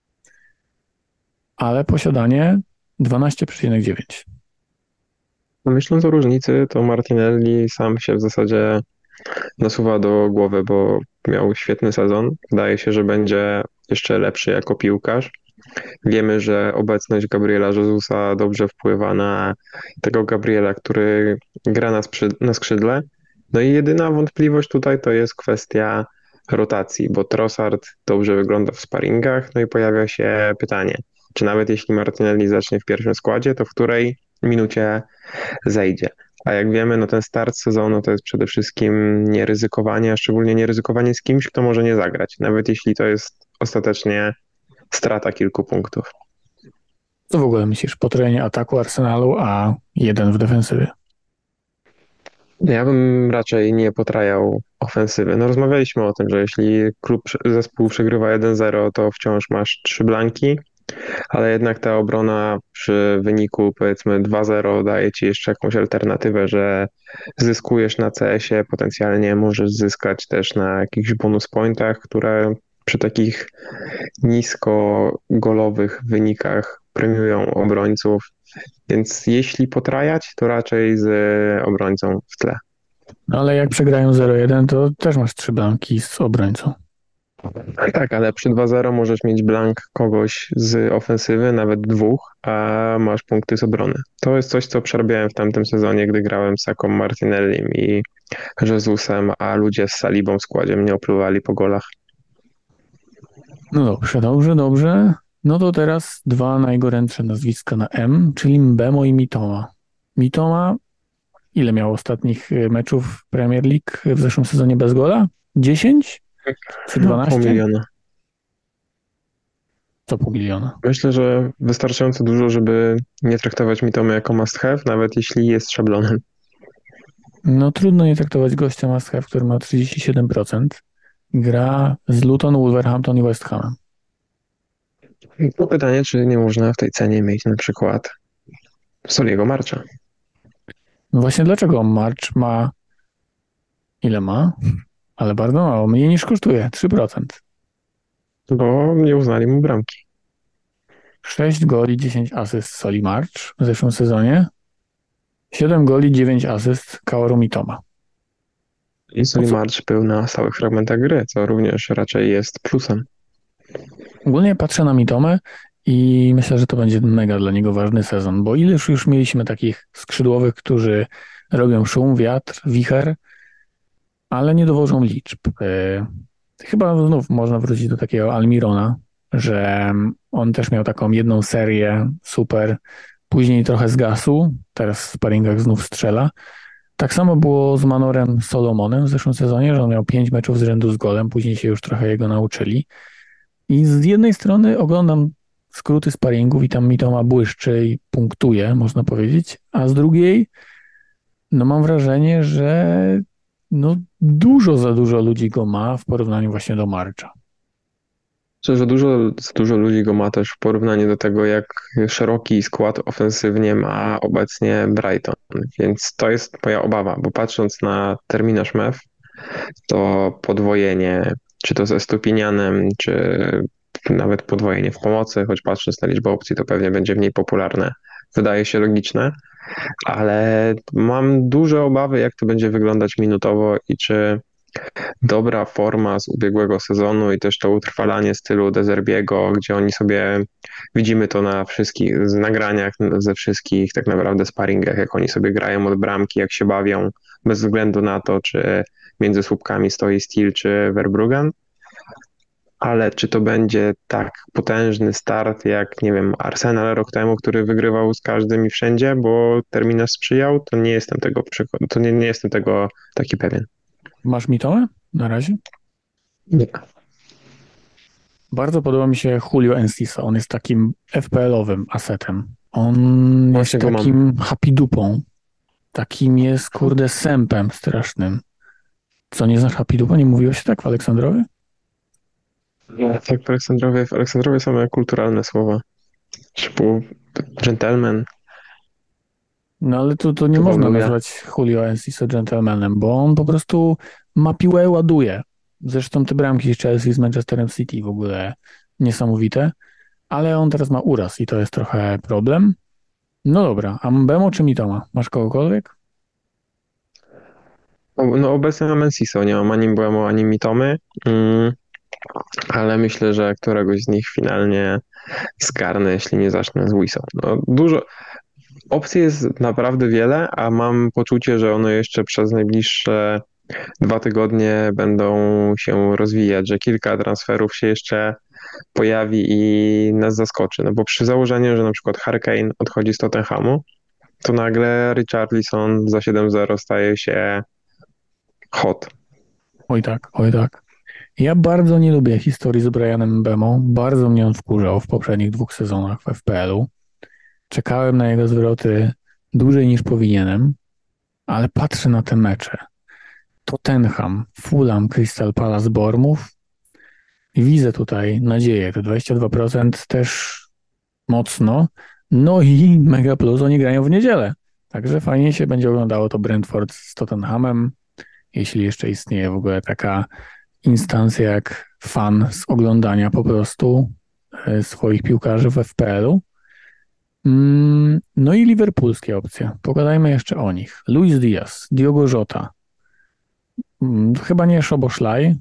ale posiadanie 12,9. No, myśląc o różnicy, to Martinelli sam się w zasadzie nasuwa do głowy, bo miał świetny sezon. Wydaje się, że będzie jeszcze lepszy jako piłkarz. Wiemy, że obecność Gabriela Jezusa dobrze wpływa na tego Gabriela, który gra na skrzydle. No i jedyna wątpliwość tutaj to jest kwestia rotacji, bo Trossard dobrze wygląda w sparingach, no i pojawia się pytanie, czy nawet jeśli Martinelli zacznie w pierwszym składzie, to w której minucie zejdzie. A jak wiemy, no ten start sezonu to jest przede wszystkim nieryzykowanie, a szczególnie nieryzykowanie z kimś, kto może nie zagrać, nawet jeśli to jest ostatecznie strata kilku punktów. Co w ogóle myślisz? Potrojenie ataku Arsenalu, a jeden w defensywie. Ja bym raczej nie potrajał ofensywy. No rozmawialiśmy o tym, że jeśli zespół przegrywa 1-0, to wciąż masz 3 blanki, ale jednak ta obrona przy wyniku powiedzmy 2-0 daje ci jeszcze jakąś alternatywę, że zyskujesz na CS-ie, potencjalnie możesz zyskać też na jakichś bonus pointach, które przy takich nisko golowych wynikach premiują obrońców. Więc jeśli potrajać, to raczej z obrońcą w tle. No ale jak przegrają 0-1, to też masz 3 bramki z obrońcą. Tak, ale przy 2-0 możesz mieć blank kogoś z ofensywy, nawet dwóch, a masz punkty z obrony. To jest coś, co przerabiałem w tamtym sezonie, gdy grałem z Saką Martinellim i Jesusem, a ludzie z Salibą w składzie mnie opluwali po golach. No dobrze, dobrze, dobrze. No to teraz dwa najgorętsze nazwiska na M, czyli Mbemo i Mitoma. Mitoma, ile miał ostatnich meczów w Premier League w zeszłym sezonie bez gola? 10 czy No, pół 12? miliona. Co pół miliona. Myślę, że wystarczająco dużo, żeby nie traktować Mitomy jako must have, nawet jeśli jest szablonem. No trudno nie traktować gościa must have, który ma 37%. Gra z Luton, Wolverhampton i West Hamem. To pytanie, czy nie można w tej cenie mieć na przykład Soliego Marcha? No właśnie dlaczego March ma, ile ma? Ale bardzo mało, mniej niż kosztuje, 3%. Bo nie uznali mu bramki. 6 goli, 10 asyst Soli March w zeszłym sezonie. 7 goli, 9 asyst Kaoru Mitoma. I O Soli co? March był na stałych fragmentach gry, co również raczej jest plusem. Ogólnie patrzę na Mitomę i myślę, że to będzie mega dla niego ważny sezon, bo ileż już mieliśmy takich skrzydłowych, którzy robią szum, wiatr, wicher, ale nie dowożą liczb. Chyba znów można wrócić do takiego Almirona, że on też miał taką jedną serię super, później trochę zgasł, teraz w sparingach znów strzela. Tak samo było z Manorem Solomonem w zeszłym sezonie, że on miał 5 meczów z rzędu z golem, później się już trochę jego nauczyli. I z jednej strony oglądam skróty sparingów i tam Mitoma błyszczy i punktuje, można powiedzieć, a z drugiej no mam wrażenie, że no dużo za dużo ludzi go ma w porównaniu właśnie do Marcha. Myślę, że dużo ludzi go ma też w porównaniu do tego, jak szeroki skład ofensywnie ma obecnie Brighton. Więc to jest moja obawa, bo patrząc na terminarz MEF, to podwojenie, czy to ze Stupinianem, czy nawet podwojenie w pomocy, choć patrząc na liczbę opcji, to pewnie będzie mniej popularne. Wydaje się logiczne, ale mam duże obawy, jak to będzie wyglądać minutowo i czy dobra forma z ubiegłego sezonu i też to utrwalanie stylu De Zerbiego, gdzie oni sobie, widzimy to na wszystkich z nagraniach, ze wszystkich tak naprawdę sparingach, jak oni sobie grają od bramki, jak się bawią, bez względu na to, czy między słupkami stoi Steel czy Verbruggen. Ale czy to będzie tak potężny start jak, nie wiem, Arsenal rok temu, który wygrywał z każdym i wszędzie, bo terminarz sprzyjał, to nie jestem tego, nie jestem tego taki pewien. Masz Mitomę na razie? Nie. Bardzo podoba mi się Julio Enciso. On jest takim FPL-owym asetem. On jest Właśnie go mam. takim happy dupą. Takim jest, kurde, sępem strasznym. Co, nie znasz happy dupa? Nie mówiło się tak w Aleksandrowie? Tak, w Aleksandrowie same kulturalne słowa. Typu gentleman, No ale to nie można powoduje. nazwać Julio Enciso gentlemanem, bo on po prostu ma piłę, ładuje. Zresztą te bramki z Chelsea z Manchesterem City w ogóle niesamowite. Ale on teraz ma uraz i to jest trochę problem. No dobra, a Mbemo czy Mitoma? Masz kogokolwiek? No obecnie mam Enciso, nie mam ani Mbeumo, ani Mitomy, mm, ale myślę, że któregoś z nich finalnie zgarnę, jeśli nie zacznę z Wisą. No, opcji jest naprawdę wiele, a mam poczucie, że one jeszcze przez najbliższe 2 tygodnie będą się rozwijać, że kilka transferów się jeszcze pojawi i nas zaskoczy. No bo przy założeniu, że na przykład Harry Kane odchodzi z Tottenhamu, to nagle Richarlison za 7-0 staje się hot. Oj tak, oj tak. Ja bardzo nie lubię historii z Brianem Mbemą. Bardzo mnie on wkurzał w poprzednich 2 sezonach w FPL-u. Czekałem na jego zwroty dłużej niż powinienem, ale patrzę na te mecze. Tottenham, Fulham, Crystal Palace, Bournemouth i widzę tutaj nadzieję. Te 22% też mocno. No i Mega Plus, oni grają w niedzielę. Także fajnie się będzie oglądało to Brentford z Tottenhamem, jeśli jeszcze istnieje w ogóle taka instancja jak fan z oglądania po prostu swoich piłkarzy w FPL-u. No i liverpoolskie opcje. Pogadajmy jeszcze o nich. Luis Diaz, Diogo Jota. Chyba nie Szoboszlaj.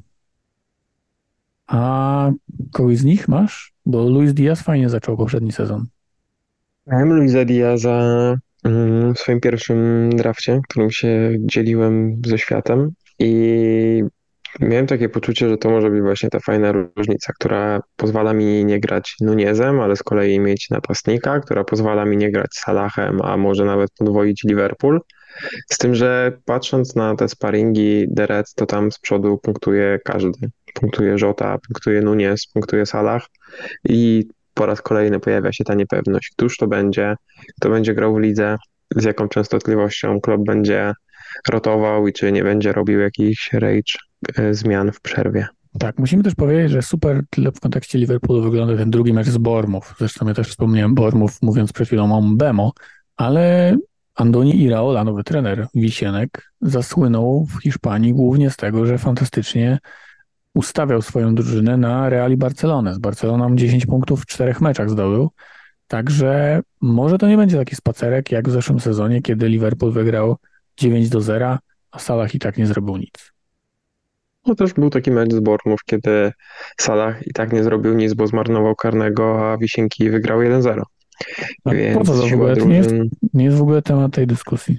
A kogoś z nich masz? Bo Luis Diaz fajnie zaczął poprzedni sezon. Miałem Luisa Diaza w swoim pierwszym drafcie, którym się dzieliłem ze światem i miałem takie poczucie, że to może być właśnie ta fajna różnica, która pozwala mi nie grać Nunezem, ale z kolei mieć napastnika, która pozwala mi nie grać Salahem, a może nawet podwoić Liverpool. Z tym, że patrząc na te sparingi The Reds, to tam z przodu punktuje każdy. Punktuje Jota, punktuje Nunez, punktuje Salah i po raz kolejny pojawia się ta niepewność. Któż to będzie? Kto będzie grał w lidze? Z jaką częstotliwością Klopp będzie rotował i czy nie będzie robił jakichś rage zmian w przerwie. Tak, musimy też powiedzieć, że super tyle w kontekście Liverpoolu wygląda ten drugi mecz z Bournemouth. Zresztą ja też wspomniałem Bournemouth, mówiąc przed chwilą o Mbemo, ale Andoni Iraola, nowy trener Wisienek, zasłynął w Hiszpanii głównie z tego, że fantastycznie ustawiał swoją drużynę na Reali Barcelonę. Z Barceloną 10 punktów w 4 meczach zdobył. Także może to nie będzie taki spacerek jak w zeszłym sezonie, kiedy Liverpool wygrał 9-0, a Salah i tak nie zrobił nic. No też był taki mecz z Bournemouth, kiedy Salah i tak nie zrobił nic, bo zmarnował karnego, a Wisienki wygrał 1-0. A po co Więc to w siła ogóle? To drużyn. nie jest w ogóle temat tej dyskusji.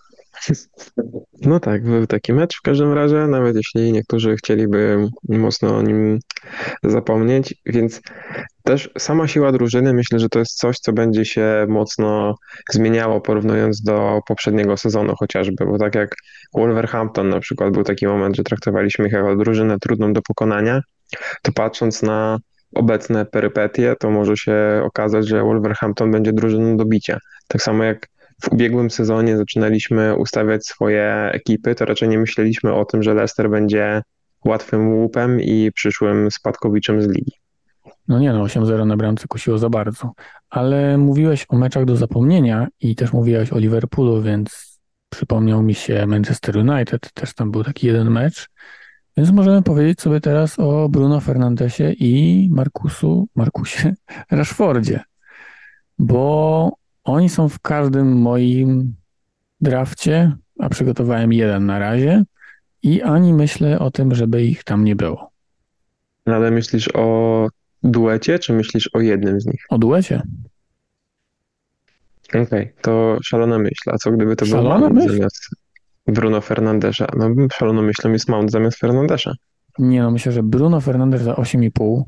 No tak, był taki mecz w każdym razie, nawet jeśli niektórzy chcieliby mocno o nim zapomnieć, więc też sama siła drużyny myślę, że to jest coś, co będzie się mocno zmieniało porównując do poprzedniego sezonu chociażby, bo tak jak Wolverhampton na przykład był taki moment, że traktowaliśmy ich jako drużynę trudną do pokonania, to patrząc na obecne perypetie, to może się okazać, że Wolverhampton będzie drużyną do bicia. Tak samo jak w ubiegłym sezonie zaczynaliśmy ustawiać swoje ekipy, to raczej nie myśleliśmy o tym, że Leicester będzie łatwym łupem i przyszłym spadkowiczem z ligi. No nie no, 8-0 na bramce kusiło za bardzo. Ale mówiłeś o meczach do zapomnienia i też mówiłeś o Liverpoolu, więc przypomniał mi się Manchester United, też tam był taki jeden mecz. Więc możemy powiedzieć sobie teraz o Bruno Fernandesie i Markusie Rashfordzie, bo oni są w każdym moim drafcie, a przygotowałem jeden na razie i ani myślę o tym, żeby ich tam nie było. Ale myślisz o duecie, czy myślisz o jednym z nich? O duecie. Okej, to szalona myśl. A co gdyby to był Szalona Mount myśl? zamiast Bruno Fernandesza? No, szaloną myślą jest Mount zamiast Fernandesza. Nie no, myślę, że Bruno Fernandes za 8,5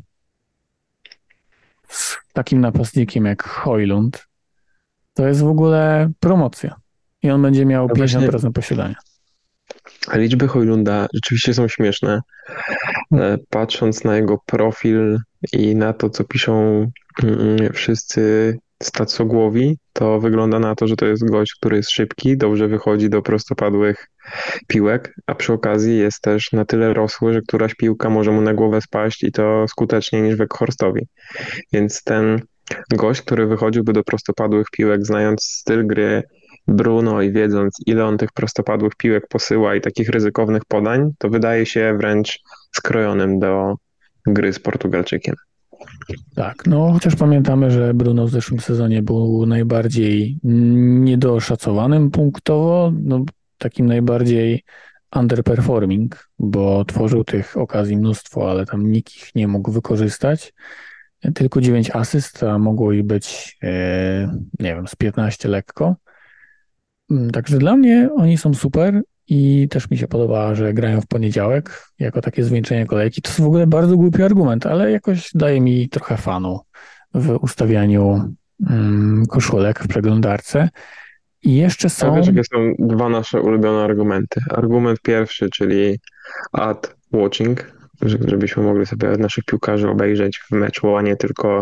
z takim napastnikiem jak Højlund to jest w ogóle promocja. I on będzie miał No właśnie, 50% posiadania. liczby Højlunda rzeczywiście są śmieszne. Patrząc na jego profil i na to, co piszą wszyscy stacogłowi, to wygląda na to, że to jest gość, który jest szybki, dobrze wychodzi do prostopadłych piłek, a przy okazji jest też na tyle rosły, że któraś piłka może mu na głowę spaść i to skuteczniej niż Weghorstowi. Więc ten gość, który wychodziłby do prostopadłych piłek, znając styl gry Bruno i wiedząc, ile on tych prostopadłych piłek posyła i takich ryzykownych podań, to wydaje się wręcz skrojonym do gry z Portugalczykiem. Tak, no chociaż pamiętamy, że Bruno w zeszłym sezonie był najbardziej niedoszacowanym punktowo, no takim najbardziej underperforming, bo tworzył tych okazji mnóstwo, ale tam nikt ich nie mógł wykorzystać. Tylko 9 asyst, a mogło ich być, nie wiem, z 15 lekko. Także dla mnie oni są super i też mi się podoba, że grają w poniedziałek jako takie zwieńczenie kolejki. To jest w ogóle bardzo głupi argument, ale jakoś daje mi trochę fanu w ustawianiu koszulek w przeglądarce. I jeszcze A są, wiesz, jakie są dwa nasze ulubione argumenty? Argument pierwszy, czyli ad watching, żebyśmy mogli sobie naszych piłkarzy obejrzeć w meczu, a nie tylko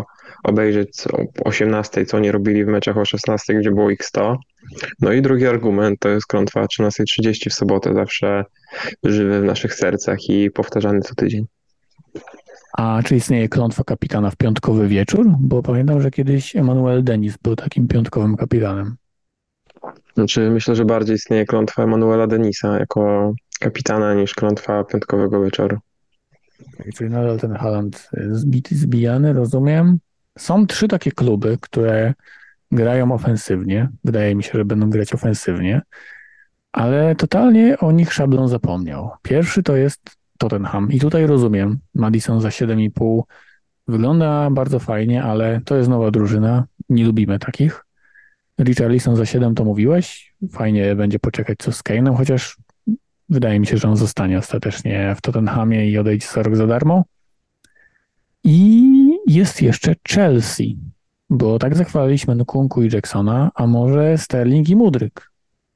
obejrzeć o 18, co oni robili w meczach o 16, gdzie było ich 100. No i drugi argument to jest klątwa o 13:30 w sobotę, zawsze żywy w naszych sercach i powtarzany co tydzień. A czy istnieje klątwa kapitana w piątkowy wieczór? Bo pamiętam, że kiedyś Emmanuel Dennis był takim piątkowym kapitanem. Znaczy, myślę, że bardziej istnieje klątwa Emanuela Denisa jako kapitana niż klątwa piątkowego wieczoru. Czyli nadal ten Haaland zbity, zbijany, rozumiem. Są trzy takie kluby, które grają ofensywnie. Wydaje mi się, że będą grać ofensywnie, ale totalnie o nich szablon zapomniał. Pierwszy to jest Tottenham i tutaj rozumiem, Maddison za 7,5 wygląda bardzo fajnie, ale to jest nowa drużyna, nie lubimy takich. Richarlison za 7 to mówiłeś, fajnie będzie poczekać co z Kane'em, chociaż wydaje mi się, że on zostanie ostatecznie w Tottenhamie i odejdzie za rok za darmo. I jest jeszcze Chelsea, bo tak zachwaliliśmy Nkunku i Jacksona, a może Sterling i Mudryk.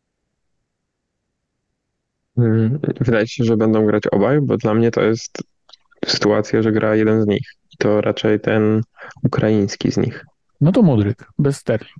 Wydaje się, że będą grać obaj, bo dla mnie to jest sytuacja, że gra jeden z nich. I to raczej ten ukraiński z nich. No to Mudryk, bez Sterling.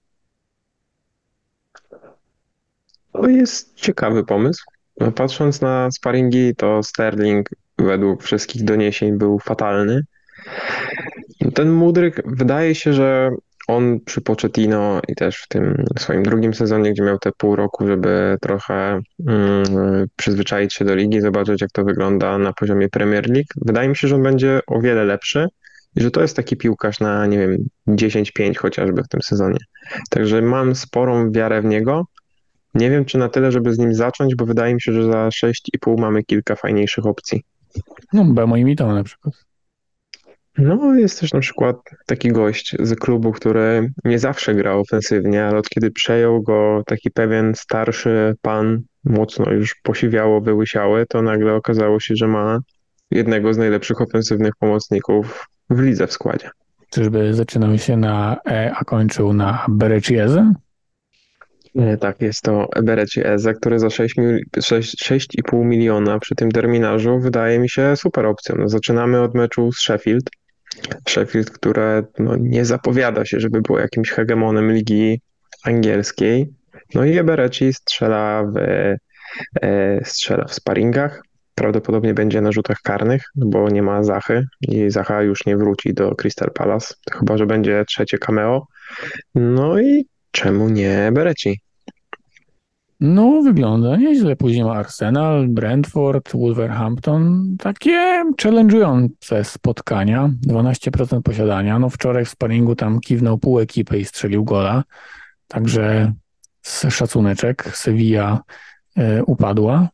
To jest ciekawy pomysł. No, patrząc na sparingi, to Sterling według wszystkich doniesień był fatalny. Ten Mudryk wydaje się, że on przy Pochettino i też w tym swoim drugim sezonie, gdzie miał te pół roku, żeby trochę przyzwyczaić się do ligi, zobaczyć jak to wygląda na poziomie Premier League. Wydaje mi się, że on będzie o wiele lepszy i że to jest taki piłkarz na, nie wiem, 10-5 chociażby w tym sezonie. Także mam sporą wiarę w niego. Nie wiem, czy na tyle, żeby z nim zacząć, bo wydaje mi się, że za 6,5 mamy kilka fajniejszych opcji. No, Bemo i Mitoma na przykład. No, jest też na przykład taki gość z klubu, który nie zawsze gra ofensywnie, ale od kiedy przejął go taki pewien starszy pan, mocno już posiwiało, wyłysiały, to nagle okazało się, że ma jednego z najlepszych ofensywnych pomocników w lidze w składzie. Czyżby zaczynał się na E, a kończył na Berechieze? Tak, jest to Eberechi Eze, który za 6,5 miliona przy tym terminarzu wydaje mi się super opcją. No, zaczynamy od meczu z Sheffield. Sheffield, które no, nie zapowiada się, żeby było jakimś hegemonem ligi angielskiej. No i Eberechi strzela w sparingach. Prawdopodobnie będzie na rzutach karnych, bo nie ma Zachy i Zacha już nie wróci do Crystal Palace, chyba że będzie trzecie cameo. No i czemu nie Eberechi? No, wygląda nieźle. Później ma Arsenal, Brentford, Wolverhampton. Takie challenge'ujące spotkania. 12% posiadania. No, wczoraj w sparingu tam kiwnął pół ekipy i strzelił gola. Także szacuneczek. Sevilla upadła.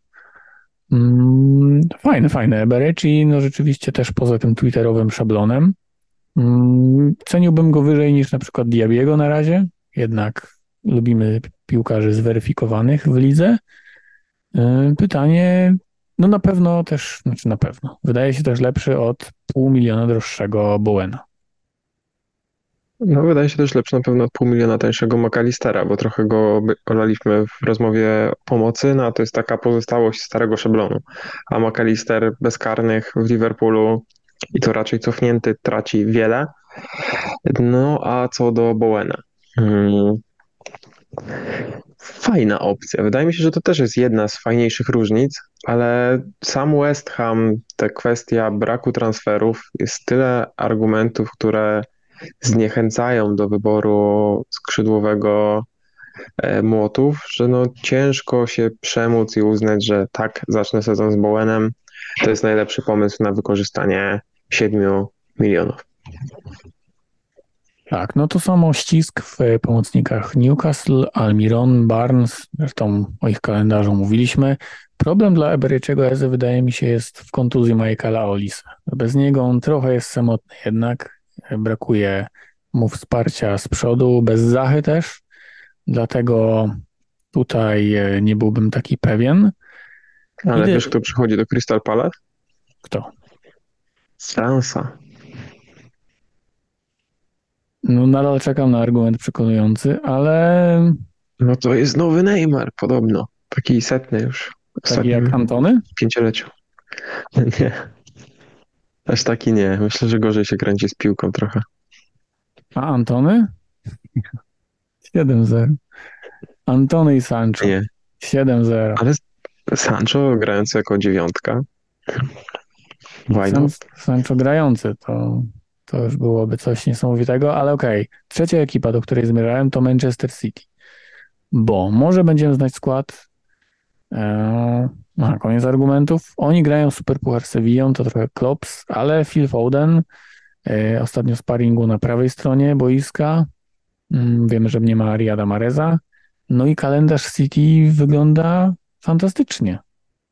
Fajne, fajne. Eberechi, no rzeczywiście też poza tym twitterowym szablonem. Ceniłbym go wyżej niż na przykład Diabiego na razie. Jednak lubimy piłkarzy zweryfikowanych w lidze. Pytanie, no na pewno też, znaczy na pewno, wydaje się też lepszy od 500 000 droższego Bowena. No, wydaje się też lepszy na pewno od 500 000 tańszego McAllistera, bo trochę go olaliśmy w rozmowie o pomocy, no a to jest taka pozostałość starego szablonu. A McAllister bezkarnych w Liverpoolu i to raczej cofnięty traci wiele. No a co do Bowena. Hmm, Fajna opcja. Wydaje mi się, że to też jest jedna z fajniejszych różnic, ale sam West Ham, ta kwestia braku transferów, jest tyle argumentów, które zniechęcają do wyboru skrzydłowego młotów, że no ciężko się przemóc i uznać, że tak, zacznę sezon z Bowenem. To jest najlepszy pomysł na wykorzystanie 7 milionów. Tak, no to samo ścisk w pomocnikach Newcastle, Almiron, Barnes, zresztą o ich kalendarzu mówiliśmy. Problem dla Eberechiego Eze wydaje mi się jest w kontuzji Michaela Olise. Bez niego on trochę jest samotny jednak, brakuje mu wsparcia z przodu, bez Zachy też, dlatego tutaj nie byłbym taki pewien. Ale wiesz, kto przychodzi do Crystal Palace? Kto? Fransa. No nadal czekam na argument przekonujący, ale No to jest nowy Neymar podobno. Taki setny już w taki jak ostatnim Antony? pięcioleciu. Nie, aż taki nie. Myślę, że gorzej się kręci z piłką trochę. A Antony? 7-0. Antony i Sancho. Nie, 7-0. ale Sancho grający jako dziewiątka, why not? Sancho grający to już byłoby coś niesamowitego, ale okej. Trzecia ekipa, do której zmierzałem, to Manchester City. Bo może będziemy znać skład. Koniec argumentów. Oni grają Superpuchar z Sevillą, to trochę klops, ale Phil Foden ostatnio sparingu na prawej stronie boiska. Wiemy, że nie ma Riyada Mahreza. No i kalendarz City wygląda fantastycznie.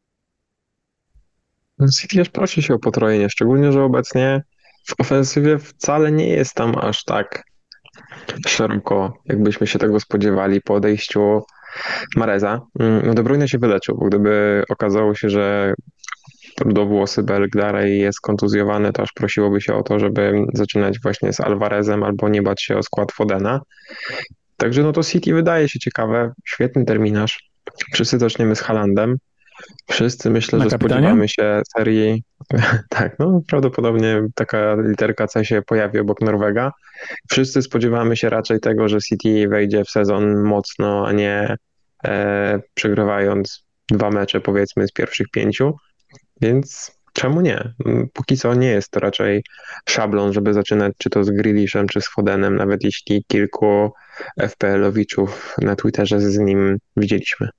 City aż prosi się o potrojenie, szczególnie, że obecnie w ofensywie wcale nie jest tam aż tak szeroko, jakbyśmy się tego spodziewali po odejściu Mareza. No De Bruyne się wyleczył, bo gdyby okazało się, że rudowłosy Belgdary jest kontuzjowany, to aż prosiłoby się o to, żeby zaczynać właśnie z Alvarezem albo nie bać się o skład Fodena. Także no to City wydaje się ciekawe, świetny terminarz. Wszyscy zaczniemy z Haalandem. Wszyscy myślę, Na że kapitanie? spodziewamy się serii. Tak, no prawdopodobnie taka literka C się pojawi obok Norwega. Wszyscy spodziewamy się raczej tego, że City wejdzie w sezon mocno, a nie przegrywając dwa mecze powiedzmy z pierwszych pięciu. Więc czemu nie? Póki co nie jest to raczej szablon, żeby zaczynać czy to z Grealishem, czy z Fodenem, nawet jeśli kilku FPL-owiczów na Twitterze z nim widzieliśmy.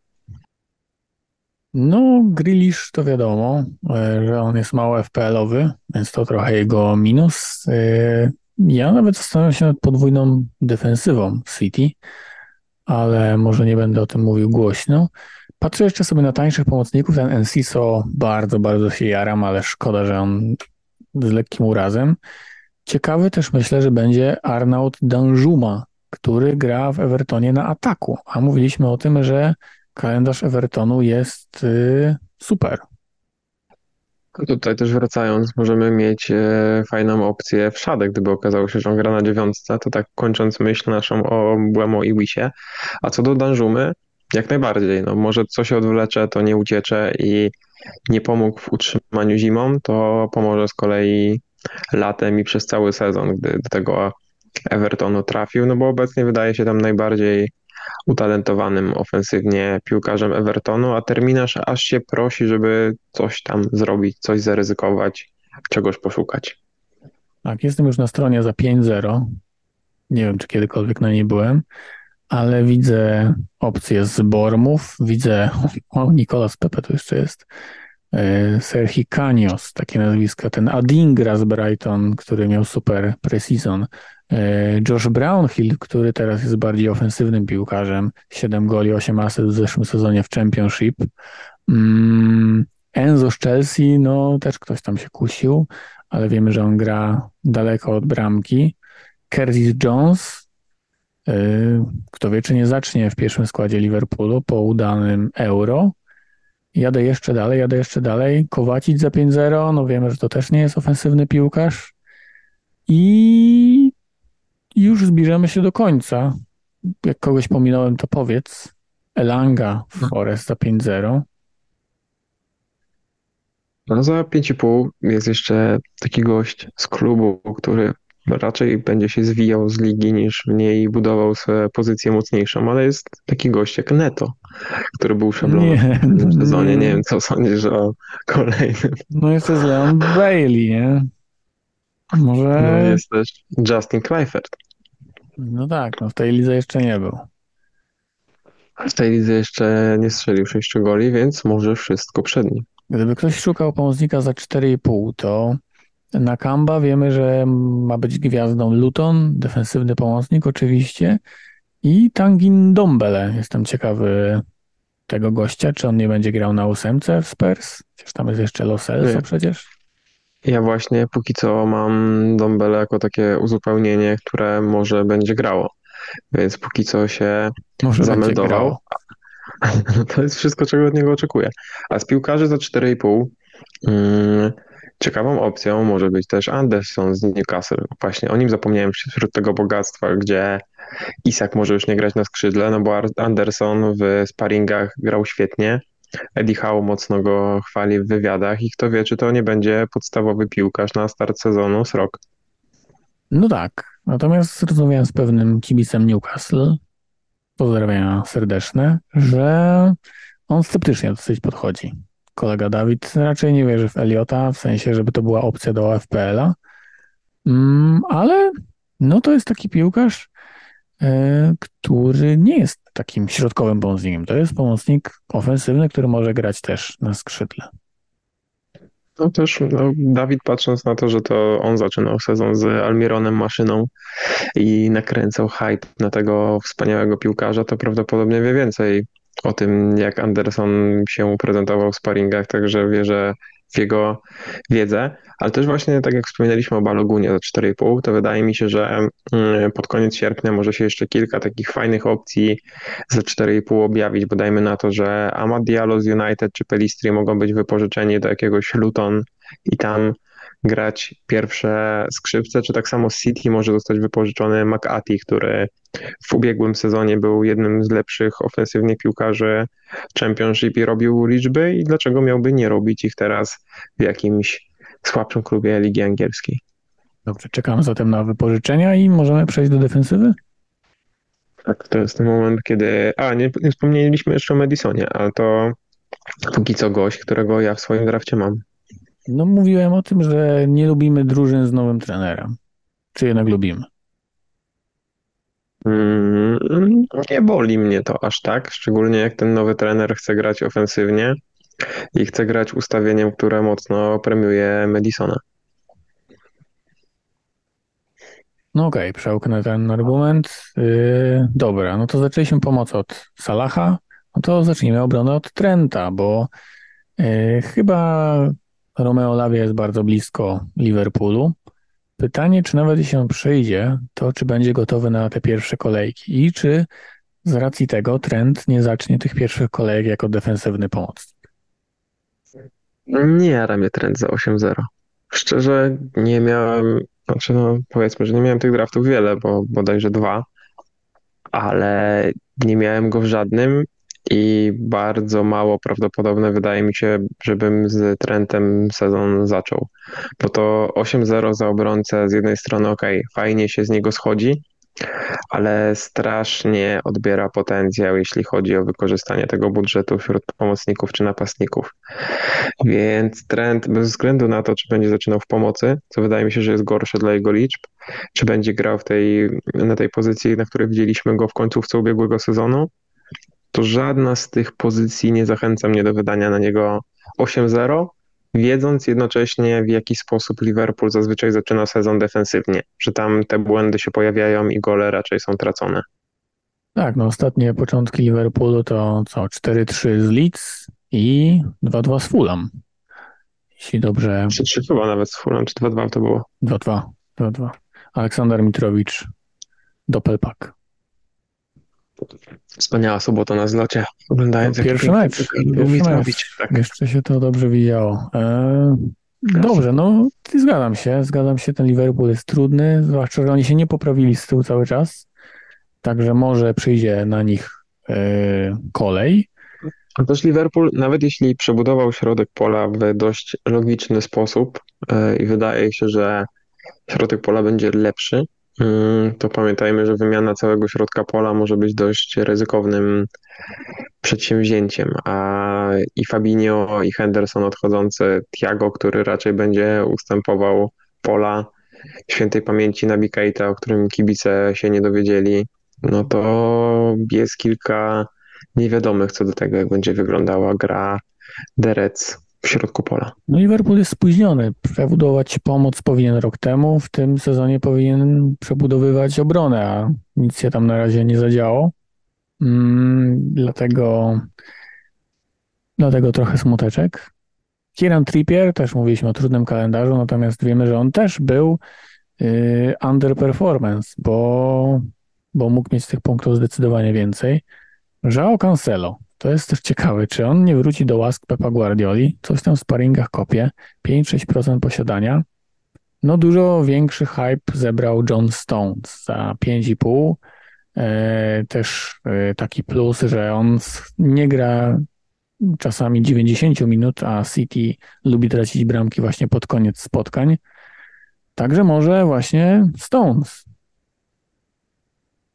No, Grealish to wiadomo, że on jest mało FPL-owy, więc to trochę jego minus. Ja nawet zastanawiam się nad podwójną defensywą City, ale może nie będę o tym mówił głośno. Patrzę jeszcze sobie na tańszych pomocników. Ten Enciso bardzo, bardzo się jaram, ale szkoda, że on z lekkim urazem. Ciekawy też myślę, że będzie Arnaud Danjuma, który gra w Evertonie na ataku. A mówiliśmy o tym, że kalendarz Evertonu jest super. Tutaj też wracając, możemy mieć fajną opcję w Szadę, gdyby okazało się, że on gra na dziewiątce, to tak kończąc myśl naszą o Błemo i Wisie. A co do Danżumy, jak najbardziej, no może co się odwlecze, to nie uciecze i nie pomógł w utrzymaniu zimą, to pomoże z kolei latem i przez cały sezon, gdy do tego Evertonu trafił, no bo obecnie wydaje się tam najbardziej utalentowanym ofensywnie piłkarzem Evertonu, a terminarz aż się prosi, żeby coś tam zrobić, coś zaryzykować, czegoś poszukać. Tak, jestem już na stronie za 5-0. Nie wiem, czy kiedykolwiek na niej byłem, ale widzę opcje z Bormów, widzę, o, Nicolas Pepe tu jeszcze jest, Sergi Caños, takie nazwiska, ten Adingra z Brighton, który miał super preseason, Josh Brownhill, który teraz jest bardziej ofensywnym piłkarzem, 7 goli, 8 asyst w zeszłym sezonie w Championship. Enzo z Chelsea, no też ktoś tam się kusił, ale wiemy, że on gra daleko od bramki. Curtis Jones, kto wie, czy nie zacznie w pierwszym składzie Liverpoolu po udanym Euro. Jadę jeszcze dalej, jadę jeszcze dalej. Kowacic za 5-0, no wiemy, że to też nie jest ofensywny piłkarz. I już zbliżamy się do końca. Jak kogoś pominąłem, to powiedz. Elanga w Forest za 5-0. No za 5,5 jest jeszcze taki gość z klubu, który raczej będzie się zwijał z ligi niż w niej budował sobie pozycję mocniejszą, ale jest taki gość jak Neto, który był szablonem w Nie, poprzednim sezonie. Nie no, wiem, co sądzisz o kolejnym. no jeszcze jest Leon Bailey, nie? No Może, jest też Justin Kluivert. no tak, no w tej lidze jeszcze nie był. W tej lidze jeszcze nie strzelił 6 goli, więc może wszystko przed nim. Gdyby ktoś szukał pomocnika za 4,5, to na Kamba wiemy, że ma być gwiazdą Luton, defensywny pomocnik oczywiście, i Tangin Ndombele. Jestem ciekawy tego gościa, czy on nie będzie grał na ósemce w Spurs? Przecież tam jest jeszcze Lo Celso Nie. przecież. Ja właśnie póki co mam Dombele jako takie uzupełnienie, które może będzie grało, więc póki co się Może będzie zameldował. grało. To jest wszystko, czego od niego oczekuję. A z piłkarzy za 4,5 ciekawą opcją może być też Anderson z Newcastle. Właśnie o nim zapomniałem wśród tego bogactwa, gdzie Isak może już nie grać na skrzydle, no bo Anderson w sparingach grał świetnie. Eddie Howe mocno go chwali w wywiadach i kto wie, czy to nie będzie podstawowy piłkarz na start sezonu z rok. No tak. Natomiast rozmawiałem z pewnym kibicem Newcastle, pozdrawienia serdeczne, że on sceptycznie dosyć podchodzi. Kolega Dawid raczej nie wierzy w Eliota, w sensie, żeby to była opcja do FPL-a, ale no to jest taki piłkarz, który nie jest takim środkowym pomocnikiem. To jest pomocnik ofensywny, który może grać też na skrzydle. No też Dawid, patrząc na to, że to on zaczynał sezon z Almironem Maszyną i nakręcał hype na tego wspaniałego piłkarza, to prawdopodobnie wie więcej o tym, jak Anderson się prezentował w sparingach, także wierzę w jego wiedzę, ale też właśnie tak jak wspominaliśmy o Balogunie za 4,5, to wydaje mi się, że pod koniec sierpnia może się jeszcze kilka takich fajnych opcji za 4,5 objawić, bo dajmy na to, że Amad Diallo z United czy Pellistri mogą być wypożyczeni do jakiegoś Luton i tam grać pierwsze skrzypce, czy tak samo z City może zostać wypożyczony McAtee, który w ubiegłym sezonie był jednym z lepszych ofensywnych piłkarzy Championship i robił liczby i dlaczego miałby nie robić ich teraz w jakimś słabszym klubie Ligi Angielskiej? Dobrze, czekam zatem na wypożyczenia i możemy przejść do defensywy? Tak, to jest ten moment, kiedy... nie wspomnieliśmy jeszcze o Madisonie, ale to póki co gość, którego ja w swoim drafcie mam. No mówiłem o tym, że nie lubimy drużyn z nowym trenerem. Czy jednak lubimy? Nie boli mnie to aż tak, szczególnie jak ten nowy trener chce grać ofensywnie i chce grać ustawieniem, które mocno premiuje Madisona. No okej, przełknę ten argument. Dobra, no to zaczęliśmy pomoc od Salaha, no to zacznijmy obronę od Trenta, bo chyba Romeo Lavia jest bardzo blisko Liverpoolu. Pytanie, czy nawet jeśli on przyjdzie, to czy będzie gotowy na te pierwsze kolejki i czy z racji tego Trent nie zacznie tych pierwszych kolejek jako defensywny pomocnik. Nie jara mnie trend za 8-0. Szczerze nie miałem, znaczy no powiedzmy, że nie miałem tych draftów wiele, bo bodajże dwa, ale nie miałem go w żadnym i bardzo mało prawdopodobne wydaje mi się, żebym z Trentem sezon zaczął. Bo to 8-0 za obrońcę z jednej strony fajnie się z niego schodzi, ale strasznie odbiera potencjał, jeśli chodzi o wykorzystanie tego budżetu wśród pomocników czy napastników. Więc Trent, bez względu na to, czy będzie zaczynał w pomocy, co wydaje mi się, że jest gorsze dla jego liczb, czy będzie grał na tej pozycji, na której widzieliśmy go w końcówce ubiegłego sezonu, to żadna z tych pozycji nie zachęca mnie do wydania na niego 8-0, wiedząc jednocześnie, w jaki sposób Liverpool zazwyczaj zaczyna sezon defensywnie, że tam te błędy się pojawiają i gole raczej są tracone. Tak, no ostatnie początki Liverpoolu to co, 4-3 z Leeds i 2-2 z Fulham. Jeśli dobrze, 3-3 chyba nawet z Fulham, czy 2-2 to było. 2-2, 2-2. Aleksander Mitrowicz, Doppelpack. Wspaniała sobota na zlocie, oglądając jaki Pierwszy piękny mecz, piłkarz lubi pierwszy zrobić. mecz. Tak, Jeszcze się to dobrze widziało. Dobrze, klasyk. no zgadzam się, ten Liverpool jest trudny, zwłaszcza, że oni się nie poprawili z tyłu cały czas, także może przyjdzie na nich kolej. A też Liverpool, nawet jeśli przebudował środek pola w dość logiczny sposób i wydaje się, że środek pola będzie lepszy, to pamiętajmy, że wymiana całego środka pola może być dość ryzykownym przedsięwzięciem, a i Fabinho, i Henderson odchodzący, Thiago, który raczej będzie ustępował pola świętej pamięci Naby Keita, o którym kibice się nie dowiedzieli, no to jest kilka niewiadomych co do tego, jak będzie wyglądała gra The Reds w środku pola. No Liverpool jest spóźniony. Przebudować pomoc powinien rok temu, w tym sezonie powinien przebudowywać obronę, a nic się tam na razie nie zadziało. Dlatego trochę smuteczek. Kieran Trippier, też mówiliśmy o trudnym kalendarzu, natomiast wiemy, że on też był underperformance, bo mógł mieć tych punktów zdecydowanie więcej. João Cancelo, to jest też ciekawe, czy on nie wróci do łask Pepa Guardioli, coś tam w sparingach kopie, 5-6% posiadania. No dużo większy hype zebrał John Stones za 5,5. Też taki plus, że on nie gra czasami 90 minut, a City lubi tracić bramki właśnie pod koniec spotkań. Także może właśnie Stones.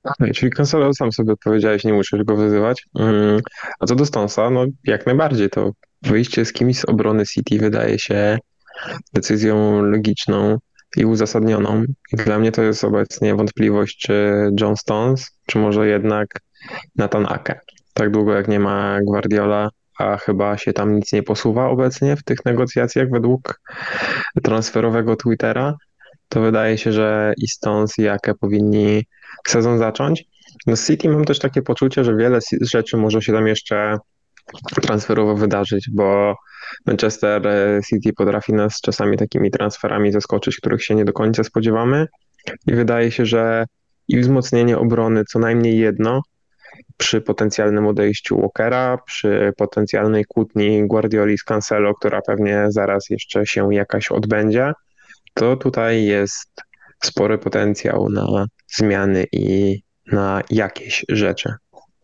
Okej, czyli Cancelo sam sobie odpowiedziałeś, nie musisz go wyzywać. A co do Stonesa, no jak najbardziej to wyjście z kimś z obrony City wydaje się decyzją logiczną i uzasadnioną. I dla mnie to jest obecnie wątpliwość, czy John Stones, czy może jednak Nathan Ake. Tak długo jak nie ma Guardiola, a chyba się tam nic nie posuwa obecnie w tych negocjacjach według transferowego Twittera, to wydaje się, że i Stones i Ake powinni sezon zacząć. No z City mam też takie poczucie, że wiele rzeczy może się tam jeszcze transferowo wydarzyć, bo Manchester City potrafi nas czasami takimi transferami zaskoczyć, których się nie do końca spodziewamy i wydaje się, że i wzmocnienie obrony co najmniej jedno przy potencjalnym odejściu Walkera, przy potencjalnej kłótni Guardioli z Cancelo, która pewnie zaraz jeszcze się jakaś odbędzie, to tutaj jest spory potencjał na zmiany i na jakieś rzeczy.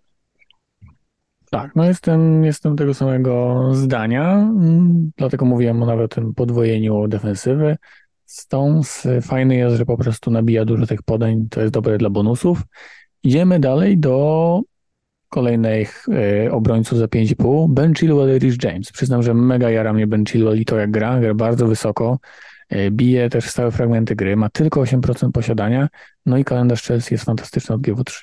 Tak, no jestem tego samego zdania, dlatego mówiłem nawet o tym podwojeniu defensywy. Stones fajny jest, że po prostu nabija dużo tych podań, to jest dobre dla bonusów. Idziemy dalej do kolejnych obrońców za 5,5. Ben Chilwell i Reece James. Przyznam, że mega jara mnie Ben Chilwell i to jak gra bardzo wysoko, bije też stałe fragmenty gry, ma tylko 8% posiadania, no i kalendarz Chelsea jest fantastyczny od GW3.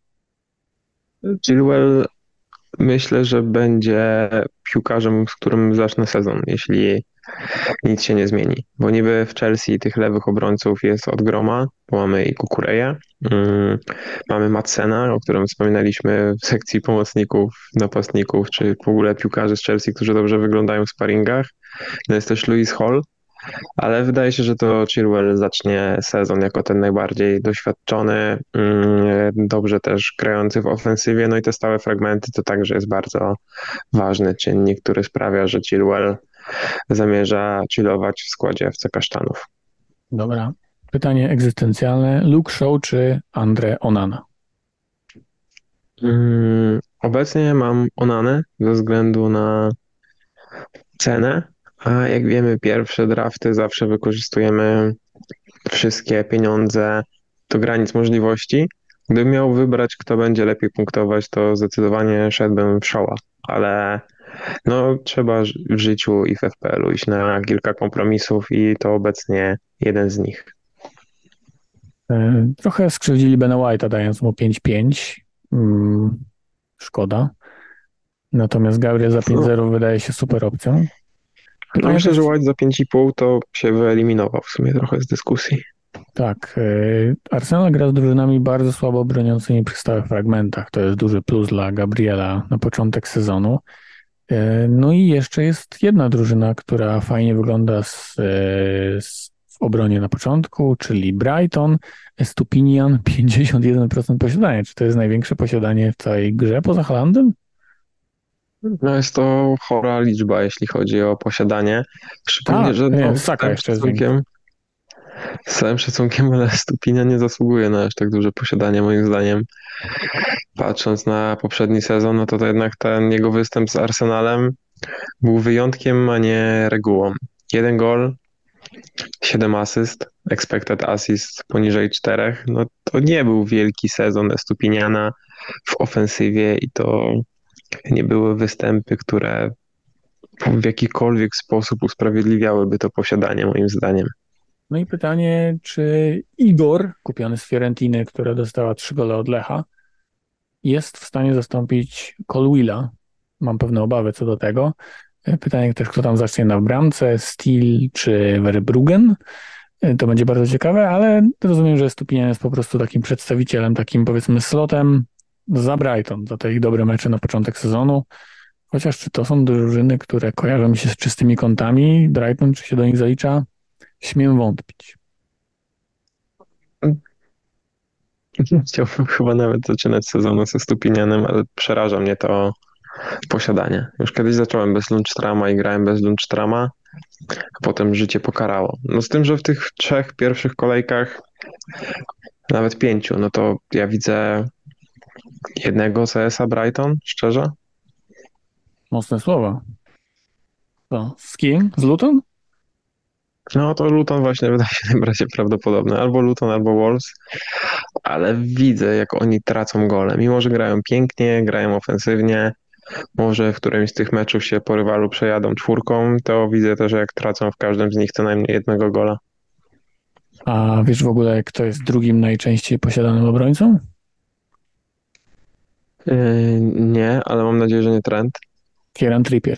Chilwell myślę, że będzie piłkarzem, z którym zacznę sezon, jeśli nic się nie zmieni. Bo niby w Chelsea tych lewych obrońców jest od groma, bo mamy i Kukureję, mamy Madsena, o którym wspominaliśmy w sekcji pomocników, napastników, czy w ogóle piłkarzy z Chelsea, którzy dobrze wyglądają w sparingach. No jest też Louis Hall, ale wydaje się, że to Chilwell zacznie sezon jako ten najbardziej doświadczony, dobrze też grający w ofensywie, no i te stałe fragmenty to także jest bardzo ważny czynnik, który sprawia, że Chilwell zamierza chillować w składzie FC Kasztanów. Dobra. Pytanie egzystencjalne. Luke Shaw czy Andre Onana? Obecnie mam Onanę ze względu na cenę, a jak wiemy, pierwsze drafty zawsze wykorzystujemy wszystkie pieniądze do granic możliwości. Gdybym miał wybrać, kto będzie lepiej punktować, to zdecydowanie szedłbym w Shaw'a, ale no, trzeba w życiu i w FPL-u iść na kilka kompromisów i to obecnie jeden z nich. Trochę skrzywdzili Bena White'a, dając mu 5,5. Szkoda. Natomiast Gabriel za No, 5,0 wydaje się super opcją. no Pytanie myślę, że też, White za 5,5 to się wyeliminował w sumie trochę z dyskusji. tak, Arsenal gra z drużynami bardzo słabo broniącymi przy stałych fragmentach. To jest duży plus dla Gabriela na początek sezonu. No i jeszcze jest jedna drużyna, która fajnie wygląda w obronie na początku, czyli Brighton, Estupinian, 51% posiadania. Czy to jest największe posiadanie w całej grze poza Haalandem? No jest to chora liczba, jeśli chodzi o posiadanie. Szczególnie, Tak, że nie, no, Saka jeszcze jest większy. z całym szacunkiem, ale Stupinia nie zasługuje na aż tak duże posiadanie, moim zdaniem. Patrząc na poprzedni sezon, no to jednak ten jego występ z Arsenalem był wyjątkiem, a nie regułą. Jeden gol, 7 asyst, expected assist poniżej 4. No to nie był wielki sezon Estupiniana w ofensywie i to nie były występy, które w jakikolwiek sposób usprawiedliwiałyby to posiadanie, moim zdaniem. No i pytanie, czy Igor, kupiony z Fiorentiny, która dostała 3 gole od Lecha, jest w stanie zastąpić Colwilla? Mam pewne obawy co do tego. Pytanie też, kto tam zacznie na bramce, Steel czy Verbruggen? To będzie bardzo ciekawe, ale rozumiem, że Stupinian jest po prostu takim przedstawicielem, takim powiedzmy slotem za Brighton, za te ich dobre mecze na początek sezonu. Chociaż czy to są drużyny, które kojarzą mi się z czystymi kątami, Brighton, czy się do nich zalicza? Śmiem wątpić. Chciałbym chyba nawet zaczynać sezonu ze Stupinianem, ale przeraża mnie to posiadanie. Już kiedyś zacząłem bez Lundstrama i grałem bez Lundstrama, a potem życie pokarało. No z tym, że w tych 3 pierwszych kolejkach, nawet 5, no to ja widzę jednego CS-a Brighton, szczerze. Mocne słowa. To z kim? Z Luton? No to Luton właśnie wydaje się najbardziej prawdopodobne. Albo Luton, albo Wolves, ale widzę, jak oni tracą gole. Mimo, że grają pięknie, grają ofensywnie, może w którymś z tych meczów się po rywalu przejadą czwórką, to widzę też, jak tracą w każdym z nich co najmniej jednego gola. A wiesz w ogóle, kto jest drugim najczęściej posiadanym obrońcą? Nie, ale mam nadzieję, że nie trend. Kieran Trippier.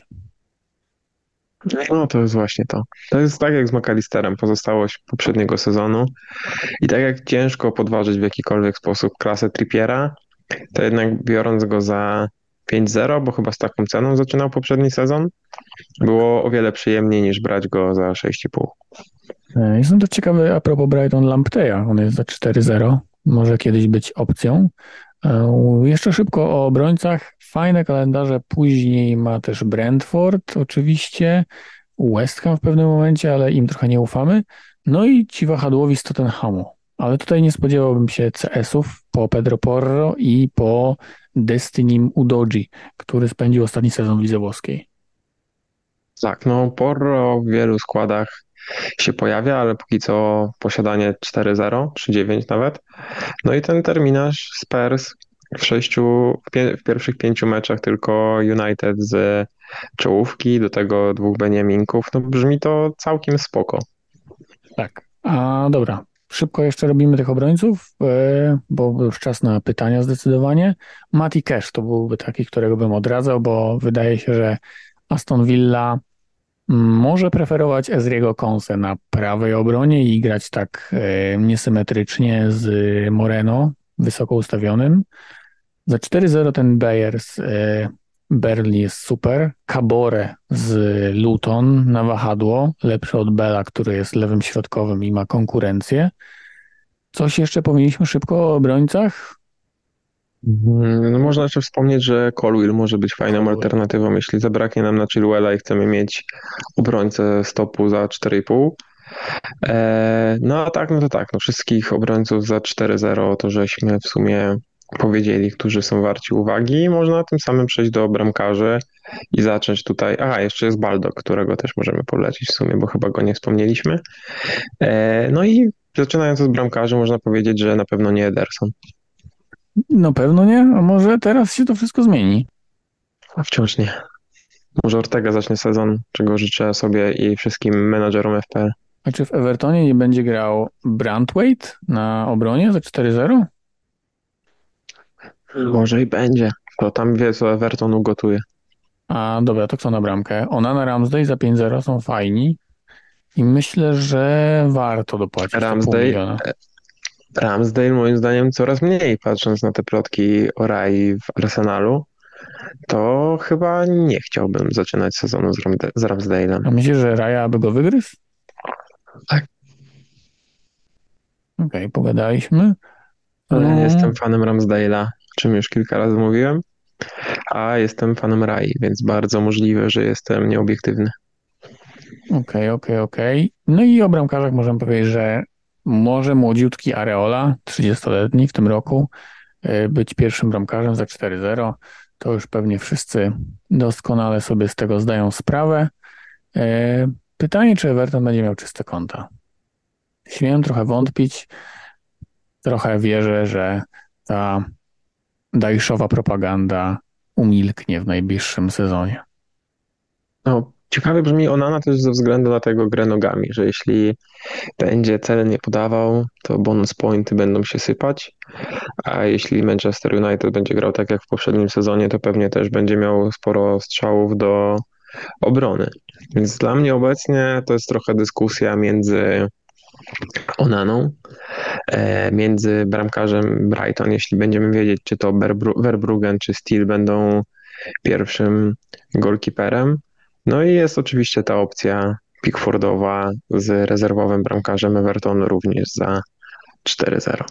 No to jest właśnie to. To jest tak jak z McAllisterem, pozostałość poprzedniego sezonu. I tak jak ciężko podważyć w jakikolwiek sposób klasę Trippiera, to jednak biorąc go za 5-0, bo chyba z taką ceną zaczynał poprzedni sezon, było o wiele przyjemniej niż brać go za 6,5. Jestem też ciekawy a propos Brighton Lampteja. On jest za 4-0. Może kiedyś być opcją. Jeszcze szybko o obrońcach. Fajne kalendarze. Później ma też Brentford oczywiście. West Ham w pewnym momencie, ale im trochę nie ufamy. No i ci wahadłowi z Tottenhamu. Ale tutaj nie spodziewałbym się CS-ów po Pedro Porro i po Destinim Udogi, który spędził ostatni sezon w lidze włoskiej. Tak, no Porro w wielu składach się pojawia, ale póki co posiadanie 4-0, 3-9 nawet. No i ten terminarz Spurs w pierwszych 5 meczach tylko United z czołówki, do tego dwóch Beniaminków, no brzmi to całkiem spoko. Tak. A dobra, szybko jeszcze robimy tych obrońców, bo już czas na pytania zdecydowanie. Mati Cash to byłby taki, którego bym odradzał, bo wydaje się, że Aston Villa może preferować Ezriego Konsę na prawej obronie i grać tak niesymetrycznie z Moreno, wysoko ustawionym. Za 4-0 ten Bayer z Burnley jest super. Kabore z Luton na wahadło, lepszy od Bela, który jest lewym środkowym i ma konkurencję. Coś jeszcze powinniśmy szybko o obrońcach? No można jeszcze wspomnieć, że Colwill może być fajną Colwill. alternatywą, jeśli zabraknie nam na Chilwella i chcemy mieć obrońcę stopu za 4,5. No a tak, no to tak, no wszystkich obrońców za 4-0 to żeśmy w sumie powiedzieli, którzy są warci uwagi. Można tym samym przejść do bramkarzy i zacząć tutaj. Aha, jeszcze jest Baldock, którego też możemy polecić w sumie, bo chyba go nie wspomnieliśmy. No i zaczynając od bramkarzy, można powiedzieć, że na pewno nie Ederson. Na pewno nie, a może teraz się to wszystko zmieni. A wciąż nie. Może Ortega zacznie sezon, czego życzę sobie i wszystkim menadżerom FPL. A czy w Evertonie nie będzie grał Branthwaite na obronie za 4-0? Może i będzie. To tam wie, co Everton ugotuje. A dobra, to kto na bramkę? Onana, Ramsdale za 5-0 są fajni i myślę, że warto dopłacić te pół Ramsdale, miliona. Ramsdale moim zdaniem coraz mniej, patrząc na te plotki o Rai w Arsenalu, to chyba nie chciałbym zaczynać sezonu z Ramsdale'em. A myślisz, że Raja by go wygryzł? Tak. Okej, pogadaliśmy. Ale ja No, jestem fanem Ramsdale'a, o czym już kilka razy mówiłem, a jestem fanem Rai, więc bardzo możliwe, że jestem nieobiektywny. okej. No i o bramkarzach możemy powiedzieć, że może młodziutki Areola, 30-letni w tym roku, być pierwszym bramkarzem za 4-0. To już pewnie wszyscy doskonale sobie z tego zdają sprawę. Pytanie, czy Everton będzie miał czyste konta? Śmiem trochę wątpić. Trochę wierzę, że ta dajszowa propaganda umilknie w najbliższym sezonie. No, ciekawie brzmi Onana też ze względu na tego grę nogami, że jeśli będzie celnie podawał, to bonus pointy będą się sypać, a jeśli Manchester United będzie grał tak jak w poprzednim sezonie, to pewnie też będzie miał sporo strzałów do obrony. Więc dla mnie obecnie to jest trochę dyskusja między Onaną, między bramkarzem Brighton, jeśli będziemy wiedzieć, czy to Verbruggen czy Steele będą pierwszym golkiperem. No i jest oczywiście ta opcja Pickfordowa z rezerwowym bramkarzem Evertonu również za 4-0.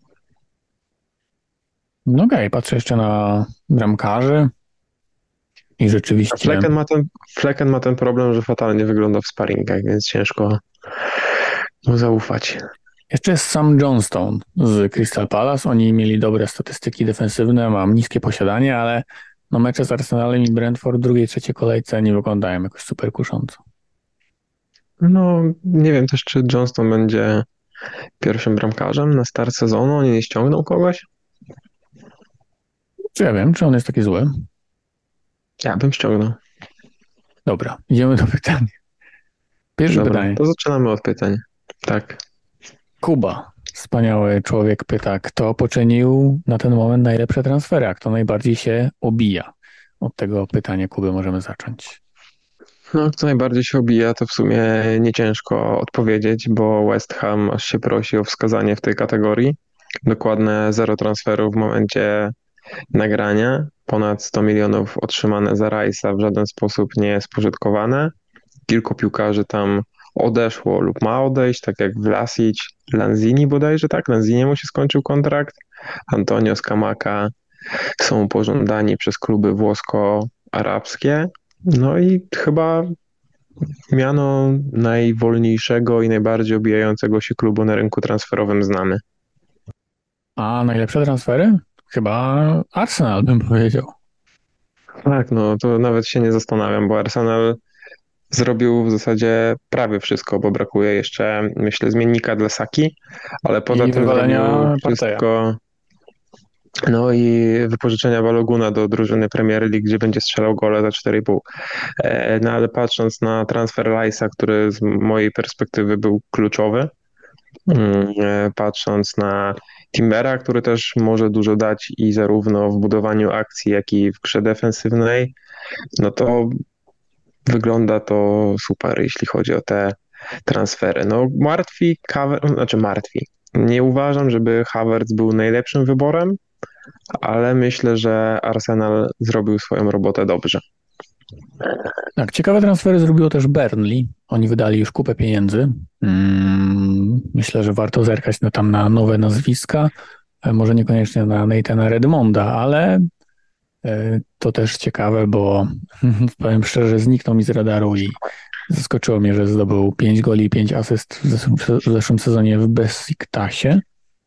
No okej, patrzę jeszcze na bramkarzy i A rzeczywiście Flecken ma ten problem, że fatalnie wygląda w sparingach, więc ciężko mu zaufać. jeszcze jest Sam Johnstone z Crystal Palace. Oni mieli dobre statystyki defensywne, mam niskie posiadanie, ale no mecze z Arsenalem i Brentford w drugiej, trzeciej kolejce nie wyglądają jakoś super kusząco. No, nie wiem też, czy Johnston będzie pierwszym bramkarzem na start sezonu. Oni nie ściągną kogoś? Czy ja wiem, czy on jest taki zły? Ja bym ściągnął. Dobra, idziemy do pytań. Pierwsze Dobra, pytanie. to zaczynamy od pytań. Tak. Kuba, wspaniały człowiek, pyta, kto poczynił na ten moment najlepsze transfery, a kto najbardziej się obija? Od tego pytania Kuby możemy zacząć. No, kto najbardziej się obija, to w sumie nie ciężko odpowiedzieć, bo West Ham aż się prosi o wskazanie w tej kategorii. Dokładne zero transferów w momencie nagrania. Ponad 100 milionów otrzymane za Rice'a w żaden sposób nie spożytkowane. Kilku piłkarzy tam odeszło lub ma odejść, tak jak Vlasic, Lanzini bodajże, tak? Lanziniemu się skończył kontrakt. Antonio Scamacca są pożądani przez kluby włosko-arabskie. No i chyba miano najwolniejszego i najbardziej obijającego się klubu na rynku transferowym znamy. A najlepsze transfery? Chyba Arsenal bym powiedział. Tak, no to nawet się nie zastanawiam, bo Arsenal zrobił w zasadzie prawie wszystko, bo brakuje jeszcze, myślę, zmiennika dla Saki, ale poza I tym zrobił wywalenia Parteja. wszystko. No i wypożyczenia Baloguna do drużyny Premier League, gdzie będzie strzelał gole za 4,5. No ale patrząc na transfer Rice'a, który z mojej perspektywy był kluczowy, patrząc na Timbera, który też może dużo dać i zarówno w budowaniu akcji, jak i w grze defensywnej, no to wygląda to super, jeśli chodzi o te transfery. No martwi, znaczy martwi. Nie uważam, żeby Havertz był najlepszym wyborem, ale myślę, że Arsenal zrobił swoją robotę dobrze. Tak, ciekawe transfery zrobiło też Burnley. Oni wydali już kupę pieniędzy. Myślę, że warto zerkać tam na nowe nazwiska. Może niekoniecznie na Nathana Redmonda, ale to też ciekawe, bo powiem szczerze, zniknął mi z radaru i zaskoczyło mnie, że zdobył 5 goli i 5 asyst w zeszłym sezonie w Besiktasie.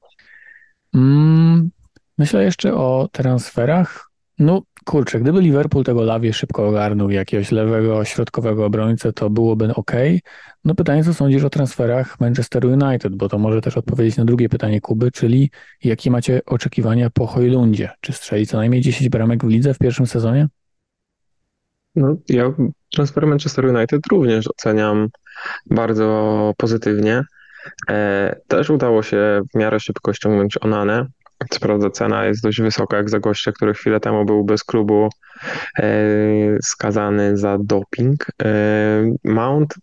Mm, Myślę jeszcze o transferach. No kurczę, gdyby Liverpool tego Lawie szybko ogarnął jakiegoś lewego, środkowego obrońcę, to byłoby ok. No pytanie, co sądzisz o transferach Manchester United, bo to może też odpowiedzieć na drugie pytanie Kuby, czyli jakie macie oczekiwania po Hojlundzie? Czy strzeli co najmniej 10 bramek w lidze w pierwszym sezonie? No, ja transfer Manchester United również oceniam bardzo pozytywnie. Też udało się w miarę szybko ściągnąć Onanę. Co prawda cena jest dość wysoka, jak za gościa, który chwilę temu był bez klubu e, skazany za doping. Mount,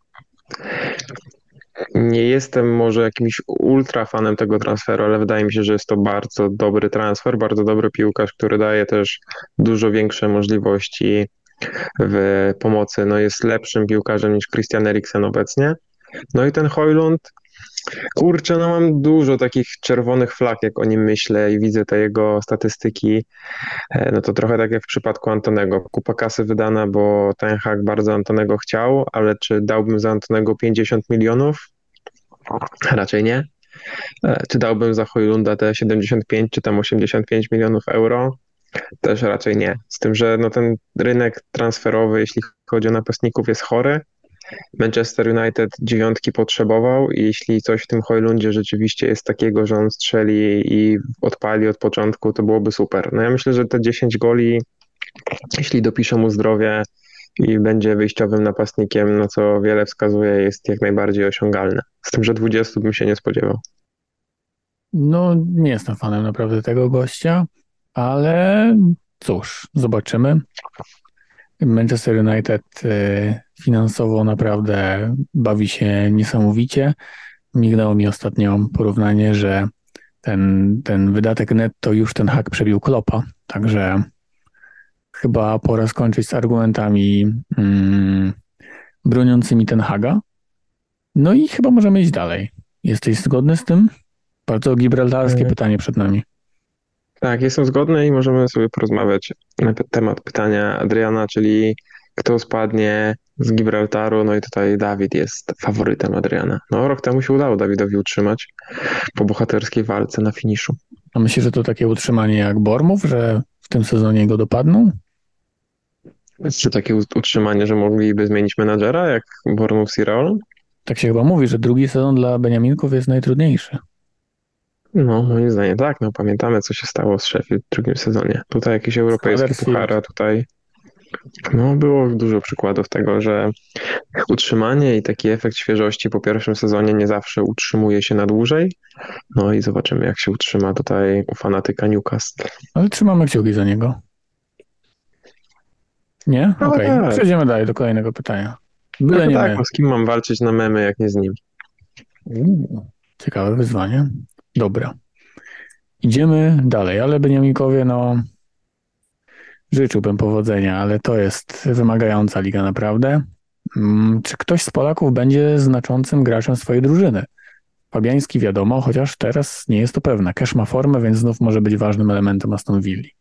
nie jestem może jakimś ultra fanem tego transferu, ale wydaje mi się, że jest to bardzo dobry transfer, bardzo dobry piłkarz, który daje też dużo większe możliwości w pomocy. No jest lepszym piłkarzem niż Christian Eriksen obecnie. No i ten Højlund, kurczę, no mam dużo takich czerwonych flag, jak o nim myślę i widzę te jego statystyki. No to trochę tak jak w przypadku Antonego. Kupa kasy wydana, bo Ten Hag bardzo Antonego chciał, ale czy dałbym za Antonego 50 milionów? Raczej nie. Czy dałbym za Højlunda te 75 czy tam 85 milionów euro? Też raczej nie. Z tym, że no ten rynek transferowy, jeśli chodzi o napastników, jest chory. Manchester United dziewiątki potrzebował i jeśli coś w tym Højlundzie rzeczywiście jest takiego, że on strzeli i odpali od początku, to byłoby super. No ja myślę, że te 10 goli, jeśli dopisze mu zdrowie i będzie wyjściowym napastnikiem, no co wiele wskazuje, jest jak najbardziej osiągalne. Z tym, że 20 bym się nie spodziewał. No, nie jestem fanem naprawdę tego gościa, ale cóż, zobaczymy. Manchester United finansowo naprawdę bawi się niesamowicie. Mignęło mi ostatnio porównanie, że ten wydatek netto już ten hak przebił Kloppa, także chyba pora skończyć z argumentami broniącymi ten Haga. No i chyba możemy iść dalej. Jesteś zgodny z tym? Bardzo gibraltarskie E, pytanie przed nami. Tak, jestem zgodny i możemy sobie porozmawiać na temat pytania Adriana, czyli kto spadnie z Gibraltaru. No i tutaj Dawid jest faworytem Adriana. No, rok temu się udało Dawidowi utrzymać po bohaterskiej walce na finiszu. A myślisz, że to takie utrzymanie jak Bormów, że w tym sezonie go dopadną? Czy takie utrzymanie, że mogliby zmienić menadżera jak Bournemouth i Real? Tak się chyba mówi, że drugi sezon dla Beniaminków jest najtrudniejszy. No, moim zdaniem tak, no pamiętamy, co się stało z Sheffield w drugim sezonie. Tutaj jakieś Z europejskie puchary, Huddersfield. a tutaj no, było dużo przykładów tego, że utrzymanie i taki efekt świeżości po pierwszym sezonie nie zawsze utrzymuje się na dłużej. No i zobaczymy, jak się utrzyma tutaj u fanatyka Newcastle. Ale trzymamy kciuki za niego. Nie? No Okej. tak, Przejdziemy dalej do kolejnego pytania. Byle trochę nie tak, my. no z kim mam walczyć na memy, jak nie z nim. Ciekawe wyzwanie. Dobra. Idziemy dalej, ale Beniaminkowie, no życzyłbym powodzenia, ale to jest wymagająca liga naprawdę. Czy ktoś z Polaków będzie znaczącym graczem swojej drużyny? Fabiański wiadomo, chociaż teraz nie jest to pewne. Cash ma formę, więc znów może być ważnym elementem Aston Villa.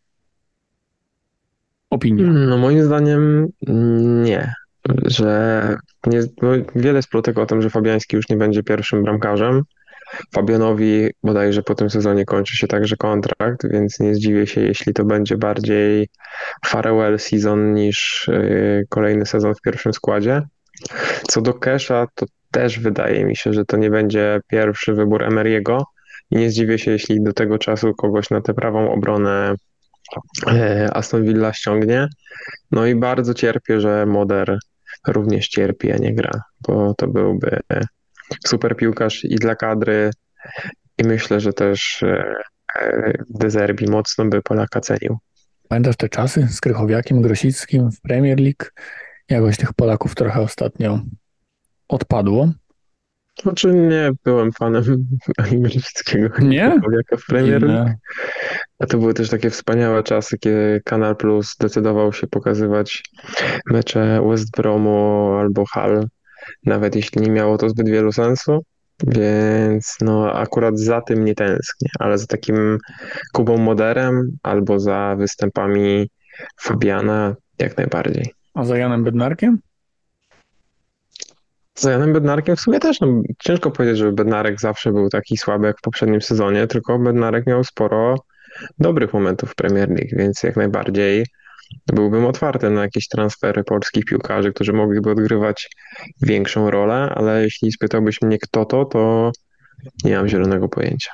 Opinia. No moim zdaniem nie, że nie, no, wiele jest plotek o tym, że Fabiański już nie będzie pierwszym bramkarzem. Fabianowi bodajże po tym sezonie kończy się także kontrakt, więc nie zdziwię się, jeśli to będzie bardziej farewell season niż kolejny sezon w pierwszym składzie. Co do Kesha, to też wydaje mi się, że to nie będzie pierwszy wybór Emery'ego i nie zdziwię się, jeśli do tego czasu kogoś na tę prawą obronę Aston Villa ściągnie. No i bardzo cierpię, że Moder również cierpi, a nie gra, bo to byłby super piłkarz i dla kadry i myślę, że też De Zerbi mocno by Polaka cenił. Pamiętasz te czasy z Krychowiakiem, Grosickim w Premier League? Jakoś tych Polaków trochę ostatnio odpadło. Znaczy nie byłem fanem ani Milewskiego, ani Nie? Krychowiaka w Premier League, Dziwne. a to były też takie wspaniałe czasy, kiedy Kanal Plus zdecydował się pokazywać mecze West Bromu albo Hull, nawet jeśli nie miało to zbyt wielu sensu. Więc no akurat za tym nie tęsknię, ale za takim Kubą Moderem albo za występami Fabiana jak najbardziej. A za Janem Bednarkiem? Za Janem Bednarkiem w sumie też, no, ciężko powiedzieć, że Bednarek zawsze był taki słaby jak w poprzednim sezonie, tylko Bednarek miał sporo dobrych momentów w Premier League, więc jak najbardziej byłbym otwarty na jakieś transfery polskich piłkarzy, którzy mogliby odgrywać większą rolę, ale jeśli spytałbyś mnie kto to nie mam zielonego pojęcia.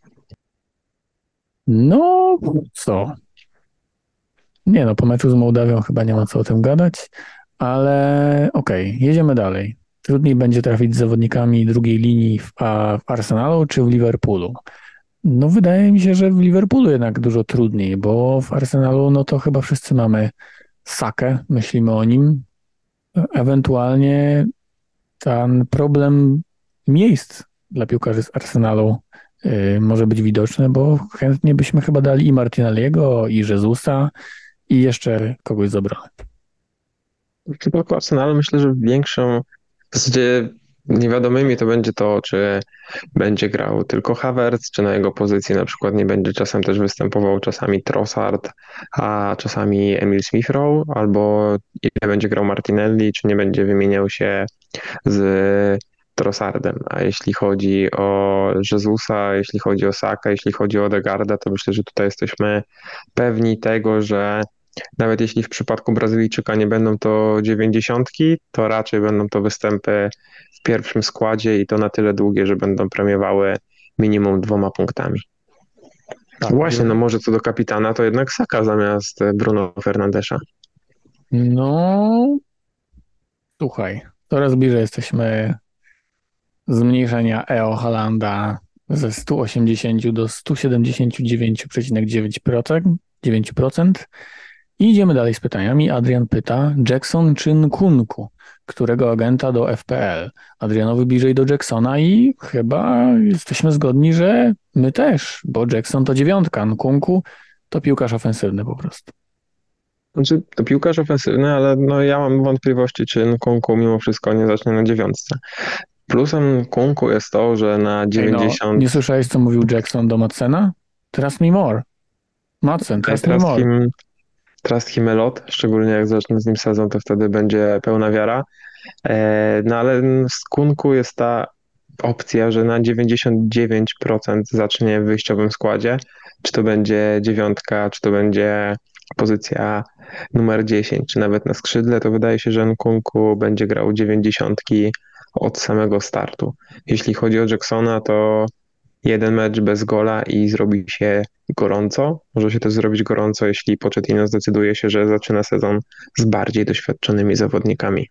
No, co? Nie no, po meczu z Mołdawią chyba nie ma co o tym gadać, ale okej, jedziemy dalej. Trudniej będzie trafić z zawodnikami drugiej linii w Arsenalu czy w Liverpoolu? No wydaje mi się, że w Liverpoolu jednak dużo trudniej, bo w Arsenalu no to chyba wszyscy mamy Sakę, myślimy o nim. Ewentualnie ten problem miejsc dla piłkarzy z Arsenalu może być widoczny, bo chętnie byśmy chyba dali i Martinelliego, i Jezusa, i jeszcze kogoś z obrony. W przypadku Arsenalu myślę, że większą, w zasadzie niewiadomymi to będzie to, czy będzie grał tylko Havertz, czy na jego pozycji na przykład nie będzie czasem też występował czasami Trossard, a czasami Emil Smith-Rowe, albo ile będzie grał Martinelli, czy nie będzie wymieniał się z Trossardem. A jeśli chodzi o Jezusa, jeśli chodzi o Saka, jeśli chodzi o Odegaarda, to myślę, że tutaj jesteśmy pewni tego, że nawet jeśli w przypadku Brazylijczyka nie będą to dziewięćdziesiątki, to raczej będą to występy w pierwszym składzie i to na tyle długie, że będą premiowały minimum 2 punktami. Tak, Właśnie, no może co do kapitana, to jednak Saka zamiast Bruno Fernandesza. no słuchaj, coraz bliżej jesteśmy zmniejszenia EO Halanda ze 180 do 179,9%. 9%. I idziemy dalej z pytaniami. Adrian pyta, Jackson czy Nkunku? Którego agenta do FPL? Adrianowi bliżej do Jacksona i chyba jesteśmy zgodni, że my też, bo Jackson to dziewiątka, Nkunku to piłkarz ofensywny po prostu. Znaczy, to piłkarz ofensywny, ale no ja mam wątpliwości, czy Nkunku mimo wszystko nie zacznie na dziewiątce. Plusem Nkunku jest to, że na Ej no, 90... nie słyszałeś, co mówił Jackson do Madsena? Trust me more. Madsen, trust me Trust more. him, trust him a lot, szczególnie jak zacznie z nim sezon, to wtedy będzie pełna wiara. No ale z Kunku jest ta opcja, że na 99% zacznie w wyjściowym składzie. Czy to będzie dziewiątka, czy to będzie pozycja numer 10, czy nawet na skrzydle, to wydaje się, że Nkunku będzie grał dziewięćdziesiątki od samego startu. Jeśli chodzi o Jacksona, to jeden mecz bez gola i zrobi się gorąco. Może się też zrobić gorąco, jeśli Pochettino zdecyduje się, że zaczyna sezon z bardziej doświadczonymi zawodnikami.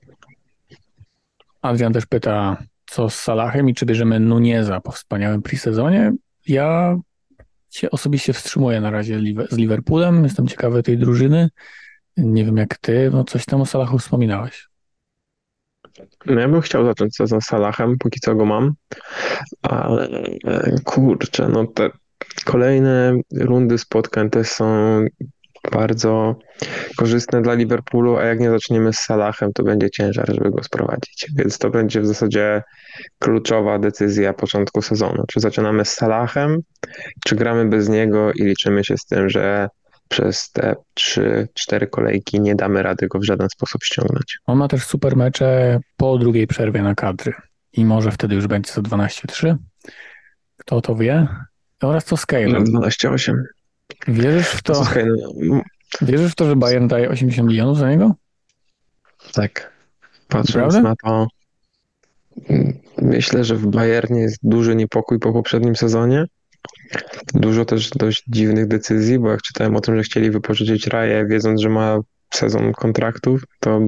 Adrian też pyta, co z Salahem i czy bierzemy Nuneza po wspaniałym presezonie. Ja się osobiście wstrzymuję na razie z Liverpoolem. Jestem ciekawy tej drużyny. Nie wiem jak ty, no coś tam o Salachu wspominałeś. No ja bym chciał zacząć sezon z Salahem, póki co go mam, ale kurczę, no te kolejne rundy spotkań też są bardzo korzystne dla Liverpoolu, a jak nie zaczniemy z Salahem, to będzie ciężar, żeby go sprowadzić. Więc to będzie w zasadzie kluczowa decyzja początku sezonu. Czy zaczynamy z Salahem, czy gramy bez niego i liczymy się z tym, że przez te 3-4 kolejki nie damy rady go w żaden sposób ściągnąć. On ma też super mecze po drugiej przerwie na kadry i może wtedy już będzie za 12-3. Kto to wie? Oraz co z Na Kale'em. 12-8. Wierzysz w To to, słuchaj, no, wierzysz w to, że Bayern daje 80 milionów za niego? tak, patrząc Naprawdę? na to, myślę, że w Bayernie jest duży niepokój po poprzednim sezonie. Dużo też dość dziwnych decyzji, bo jak czytałem o tym, że chcieli wypożyczyć Raję, wiedząc, że ma sezon kontraktów, to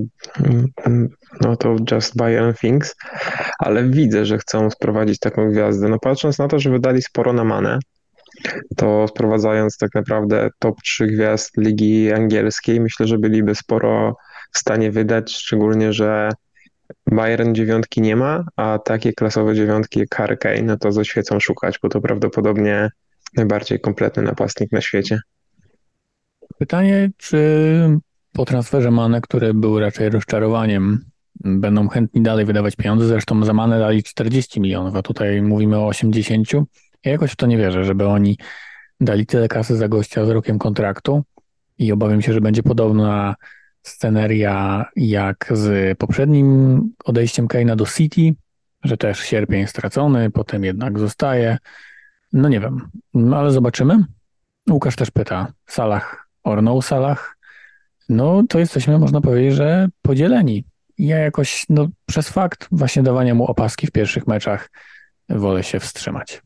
no to just Bayern things, ale widzę, że chcą sprowadzić taką gwiazdę. No patrząc na to, że wydali sporo na Manę, to sprowadzając tak naprawdę top 3 gwiazd Ligi Angielskiej, myślę, że byliby sporo w stanie wydać, szczególnie, że Bayern dziewiątki nie ma, a takie klasowe dziewiątki jak Harry Kane, no to ze świecą szukać, bo to prawdopodobnie najbardziej kompletny napastnik na świecie. Pytanie, czy po transferze Mane, który był raczej rozczarowaniem, będą chętni dalej wydawać pieniądze? Zresztą za Mane dali 40 milionów, a tutaj mówimy o 80. Ja jakoś w to nie wierzę, żeby oni dali tyle kasy za gościa z rokiem kontraktu i obawiam się, że będzie podobna sceneria jak z poprzednim odejściem Kane'a do City, że też sierpień stracony, potem jednak zostaje. No nie wiem, ale zobaczymy. Łukasz też pyta, Salah or no Salah? No to jesteśmy, można powiedzieć, że podzieleni. Ja jakoś, no przez fakt właśnie dawania mu opaski w pierwszych meczach wolę się wstrzymać.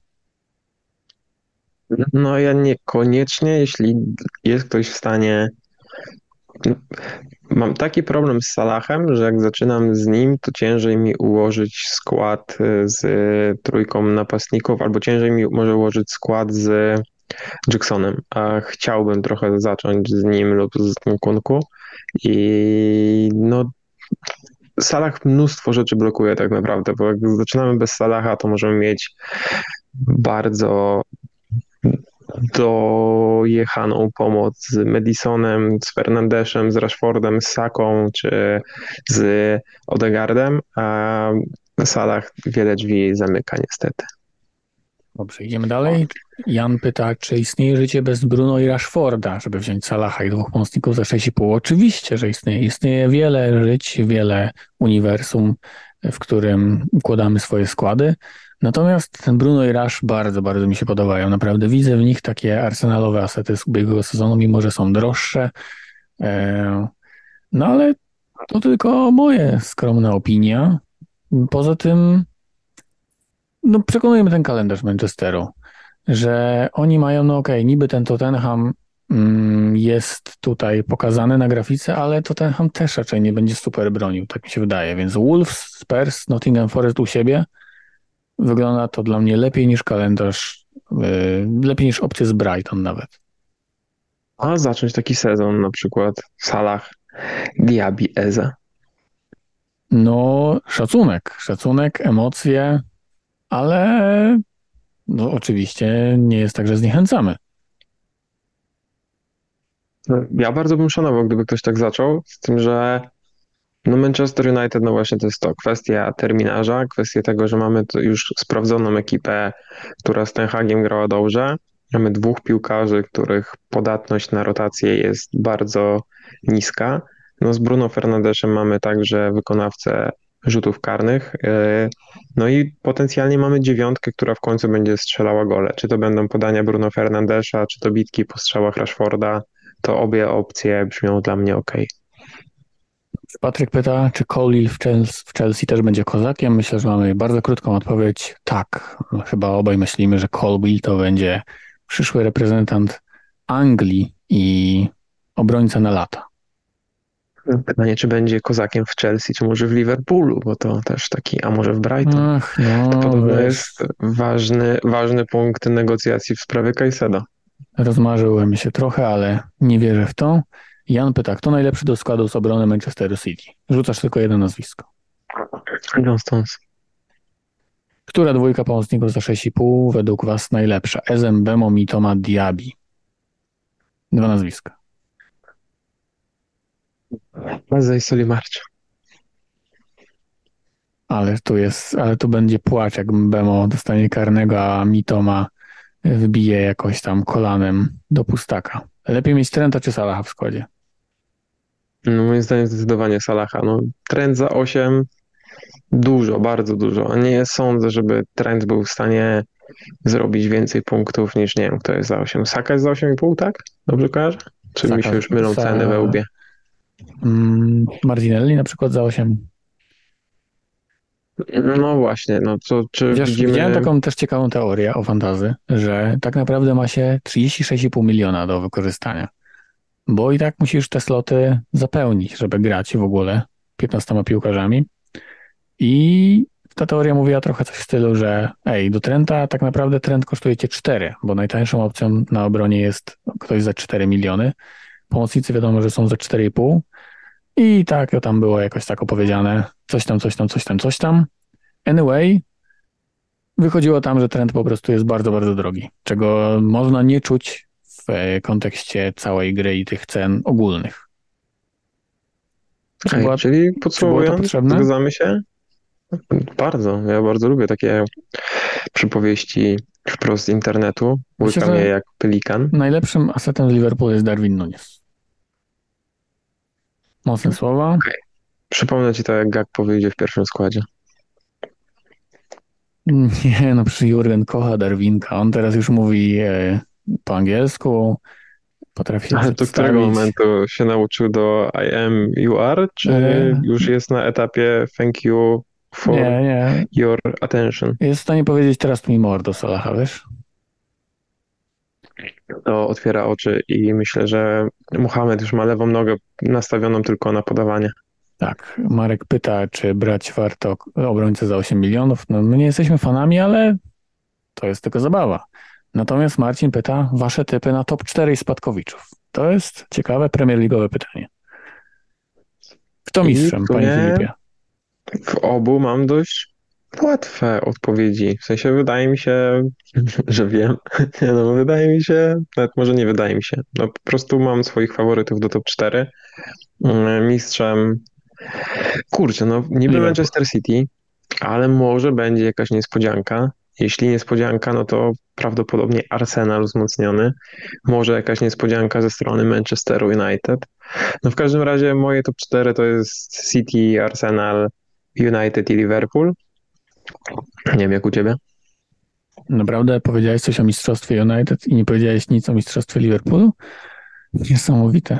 No ja niekoniecznie, jeśli jest ktoś w stanie. Mam taki problem z Salahem, że jak zaczynam z nim, to ciężej mi ułożyć skład z trójką napastników, albo ciężej mi może ułożyć skład z Jacksonem, a chciałbym trochę zacząć z nim lub z Nkunku i no Salah mnóstwo rzeczy blokuje tak naprawdę, bo jak zaczynamy bez Salaha, to możemy mieć bardzo dojechaną pomoc z Madisonem, z Fernandeszem, z Rashfordem, z Saką czy z Odegaardem, a Salah wiele drzwi zamyka niestety. Dobrze, idziemy dalej. Jan pyta, czy istnieje życie bez Bruno i Rashforda, żeby wziąć Salaha i dwóch pomocników za 6,5? Oczywiście, że istnieje. Istnieje wiele żyć, wiele uniwersum, w którym układamy swoje składy. Natomiast ten Bruno i Rash bardzo, bardzo mi się podobają. Naprawdę widzę w nich takie arsenalowe asety z ubiegłego sezonu, mimo że są droższe. No ale to tylko moje skromna opinia. Poza tym no przekonujemy ten kalendarz Manchesteru, że oni mają, no okej, niby ten Tottenham jest tutaj pokazany na grafice, ale Tottenham też raczej nie będzie super bronił, tak mi się wydaje, więc Wolves, Spurs, Nottingham Forest u siebie wygląda to dla mnie lepiej niż kalendarz, lepiej niż opcje z Brighton nawet. A zacząć taki sezon na przykład Salah, Diaby, Eze. No szacunek, emocje, ale no oczywiście nie jest tak, że zniechęcamy. No, ja bardzo bym szanował, gdyby ktoś tak zaczął, z tym, że no Manchester United, no właśnie to jest to kwestia terminarza, kwestia tego, że mamy tu już sprawdzoną ekipę, która z Ten Hagiem grała dobrze. Mamy dwóch piłkarzy, których podatność na rotację jest bardzo niska. No z Bruno Fernandeszem mamy także wykonawcę rzutów karnych. No i potencjalnie mamy dziewiątkę, która w końcu będzie strzelała gole. Czy to będą podania Bruno Fernandesza, czy to bitki po strzałach Rashforda, to obie opcje brzmią dla mnie ok. Patryk pyta, czy Colwill w Chelsea też będzie kozakiem? Myślę, że mamy bardzo krótką odpowiedź. Tak, chyba obaj myślimy, że Colwill to będzie przyszły reprezentant Anglii i obrońca na lata. Pytanie, czy będzie kozakiem w Chelsea, czy może w Liverpoolu, bo to też taki, a może w Brighton. Ach, To no podobno wiesz, jest ważny punkt negocjacji w sprawie Caicedo. rozmarzyłem się trochę, ale nie wierzę w to. Jan pyta, kto najlepszy do składu z obrony Manchesteru City? Rzucasz tylko jedno nazwisko. John Stones. Która dwójka pomocników za 6,5 według Was najlepsza? Ezem, Bemo, Mitoma, Diaby. Dwa nazwiska. Mazej Solimarcz. Ale tu będzie płacz, jak Bemo dostanie karnego, a Mitoma wbije jakoś tam kolanem do pustaka. Lepiej mieć Trenta czy Salaha w składzie? No, moim zdaniem zdecydowanie Salaha. No, trend za 8 dużo, bardzo dużo. A nie sądzę, żeby trend był w stanie zrobić więcej punktów niż, nie wiem, kto jest za 8. Saka jest za 8,5, tak? Dobrze kojarzę? Czy mi Saka, się już mylą sa, ceny we łbie? Martinelli na przykład za 8. No właśnie, no to czy Chociaż widziałem widzimy... taką też ciekawą teorię o fantazy, że tak naprawdę ma się 36,5 miliona do wykorzystania. Bo i tak musisz te sloty zapełnić, żeby grać w ogóle 15 piłkarzami. I ta teoria mówiła trochę coś w stylu, że do Trenta tak naprawdę Trent kosztuje cię 4, bo najtańszą opcją na obronie jest ktoś za 4 miliony. Pomocnicy wiadomo, że są za 4,5. I tak to tam było jakoś tak opowiedziane. Coś tam, coś tam, coś tam, coś tam. Anyway, wychodziło tam, że Trent po prostu jest bardzo, bardzo drogi, czego można nie czuć w kontekście całej gry i tych cen ogólnych. Czy była, Czyli czy było to podsumowując, potrzebne? zgadzamy się? Bardzo. Ja bardzo lubię takie przypowieści wprost z internetu. Myślę, Łykam je że jak pelikan. najlepszym asetem z Liverpoolu jest Darwin Núñez. Mocne słowa. Okej. Przypomnę ci to, jak Gakpo wyjdzie w pierwszym składzie. Nie, no przecież Jurgen kocha Darwinka. On teraz już mówi po angielsku, potrafi się Ale do którego przedstawić. momentu się nauczył do I am, you are, czy E, już jest na etapie thank you for nie, nie. your attention? Jest w stanie powiedzieć teraz mi mordo Salaha, wiesz? To otwiera oczy i myślę, że Mohamed już ma lewą nogę nastawioną tylko na podawanie. Tak, Marek pyta, czy brać warto obrońcę za 8 milionów. No, my nie jesteśmy fanami, ale to jest tylko zabawa. Natomiast Marcin pyta, wasze typy na top 4 spadkowiczów. To jest ciekawe Premier League'owe pytanie. Kto I w mistrzem, panie sumie Filipie? w obu mam dość łatwe odpowiedzi. W sensie wydaje mi się, że wiem. Nie no, wydaje mi się, nawet może nie wydaje mi się. No po prostu mam swoich faworytów do top 4. Mistrzem, kurczę, no niby Liverpool. Manchester City, ale może będzie jakaś niespodzianka. Jeśli niespodzianka, no to prawdopodobnie Arsenal wzmocniony. Może jakaś niespodzianka ze strony Manchesteru United. No w każdym razie moje top 4 to jest City, Arsenal, United i Liverpool. Nie wiem jak u ciebie. Naprawdę powiedziałeś coś o mistrzostwie United i nie powiedziałeś nic o mistrzostwie Liverpoolu? Niesamowite.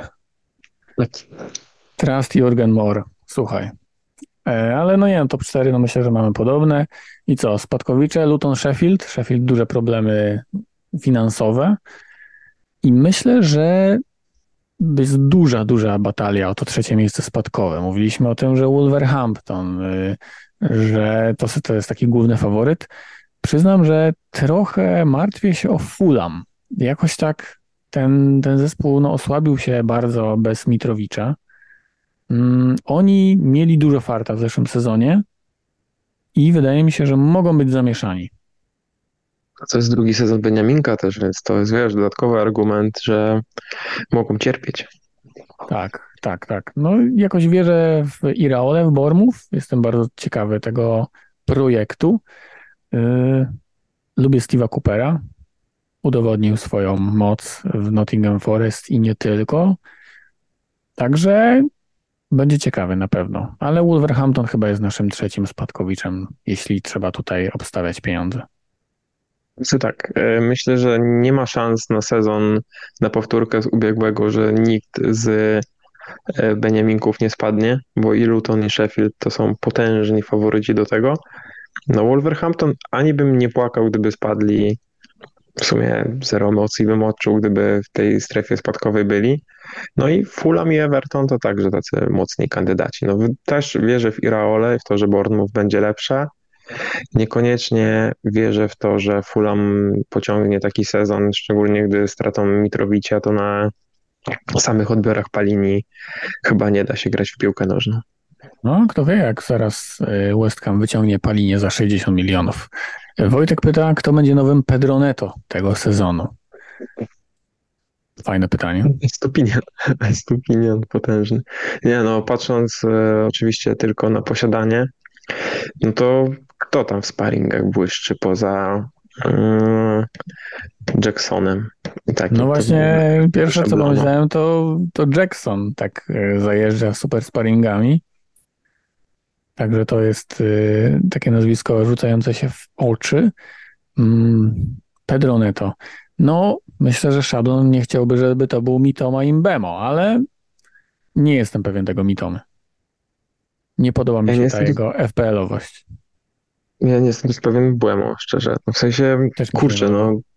Trust Jurgen Moore. Słuchaj. Ale no nie, no top 4 no myślę, że mamy podobne. I co, spadkowicze, Luton, Sheffield. Sheffield duże problemy finansowe. I myślę, że jest duża, duża batalia o to trzecie miejsce spadkowe. Mówiliśmy o tym, że Wolverhampton, że to jest taki główny faworyt. Przyznam, że trochę martwię się o Fulham. Jakoś tak ten zespół no, osłabił się bardzo bez Mitrowicza. Oni mieli dużo farta w zeszłym sezonie i wydaje mi się, że mogą być zamieszani. To jest drugi sezon Beniaminka też, więc to jest, wiesz, dodatkowy argument, że mogą cierpieć. Tak, tak, tak. No jakoś wierzę w Iraole, w Bournemouth. Jestem bardzo ciekawy tego projektu. Yy, lubię Steve'a Coopera. Udowodnił swoją moc w Nottingham Forest i nie tylko. Także będzie ciekawy na pewno. Ale Wolverhampton chyba jest naszym trzecim spadkowiczem, jeśli trzeba tutaj obstawiać pieniądze. Znaczy tak, myślę, że nie ma szans na sezon, na powtórkę z ubiegłego, że nikt z Beniaminków nie spadnie, bo i Luton i Sheffield to są potężni faworyci do tego. No Wolverhampton ani bym nie płakał, gdyby spadli, w sumie zero emocji bym odczuł, gdyby w tej strefie spadkowej byli. No i Fulham i Everton to także tacy mocni kandydaci. No też wierzę w Iraole, w to, że Bournemouth będzie lepsza. Niekoniecznie wierzę w to, że Fulham pociągnie taki sezon, szczególnie gdy stratą Mitrovicia to na samych odbiorach Palini chyba nie da się grać w piłkę nożną. No, kto wie, jak zaraz West Ham wyciągnie Palinie za 60 milionów. Wojtek pyta, kto będzie nowym Pedro Neto tego sezonu? Fajne pytanie. Stupinian, Stupinian potężny. Nie no, patrząc oczywiście tylko na posiadanie, no to kto tam w sparingach błyszczy poza Jacksonem? I No takim to właśnie, pierwsze co szablona. pomyślałem to Jackson tak zajeżdża super sparingami. Także to jest takie nazwisko rzucające się w oczy. Pedro Neto. No, myślę, że Szablon nie chciałby, żeby to był Mitoma Imbemo, ale nie jestem pewien tego Mitomy. Nie podoba mi Ja nie się ta jestem tu, jego FPL-owość. ja nie jestem tu pewien Błemo, szczerze. No, w sensie, Też mi się nie kurczę, podoba. no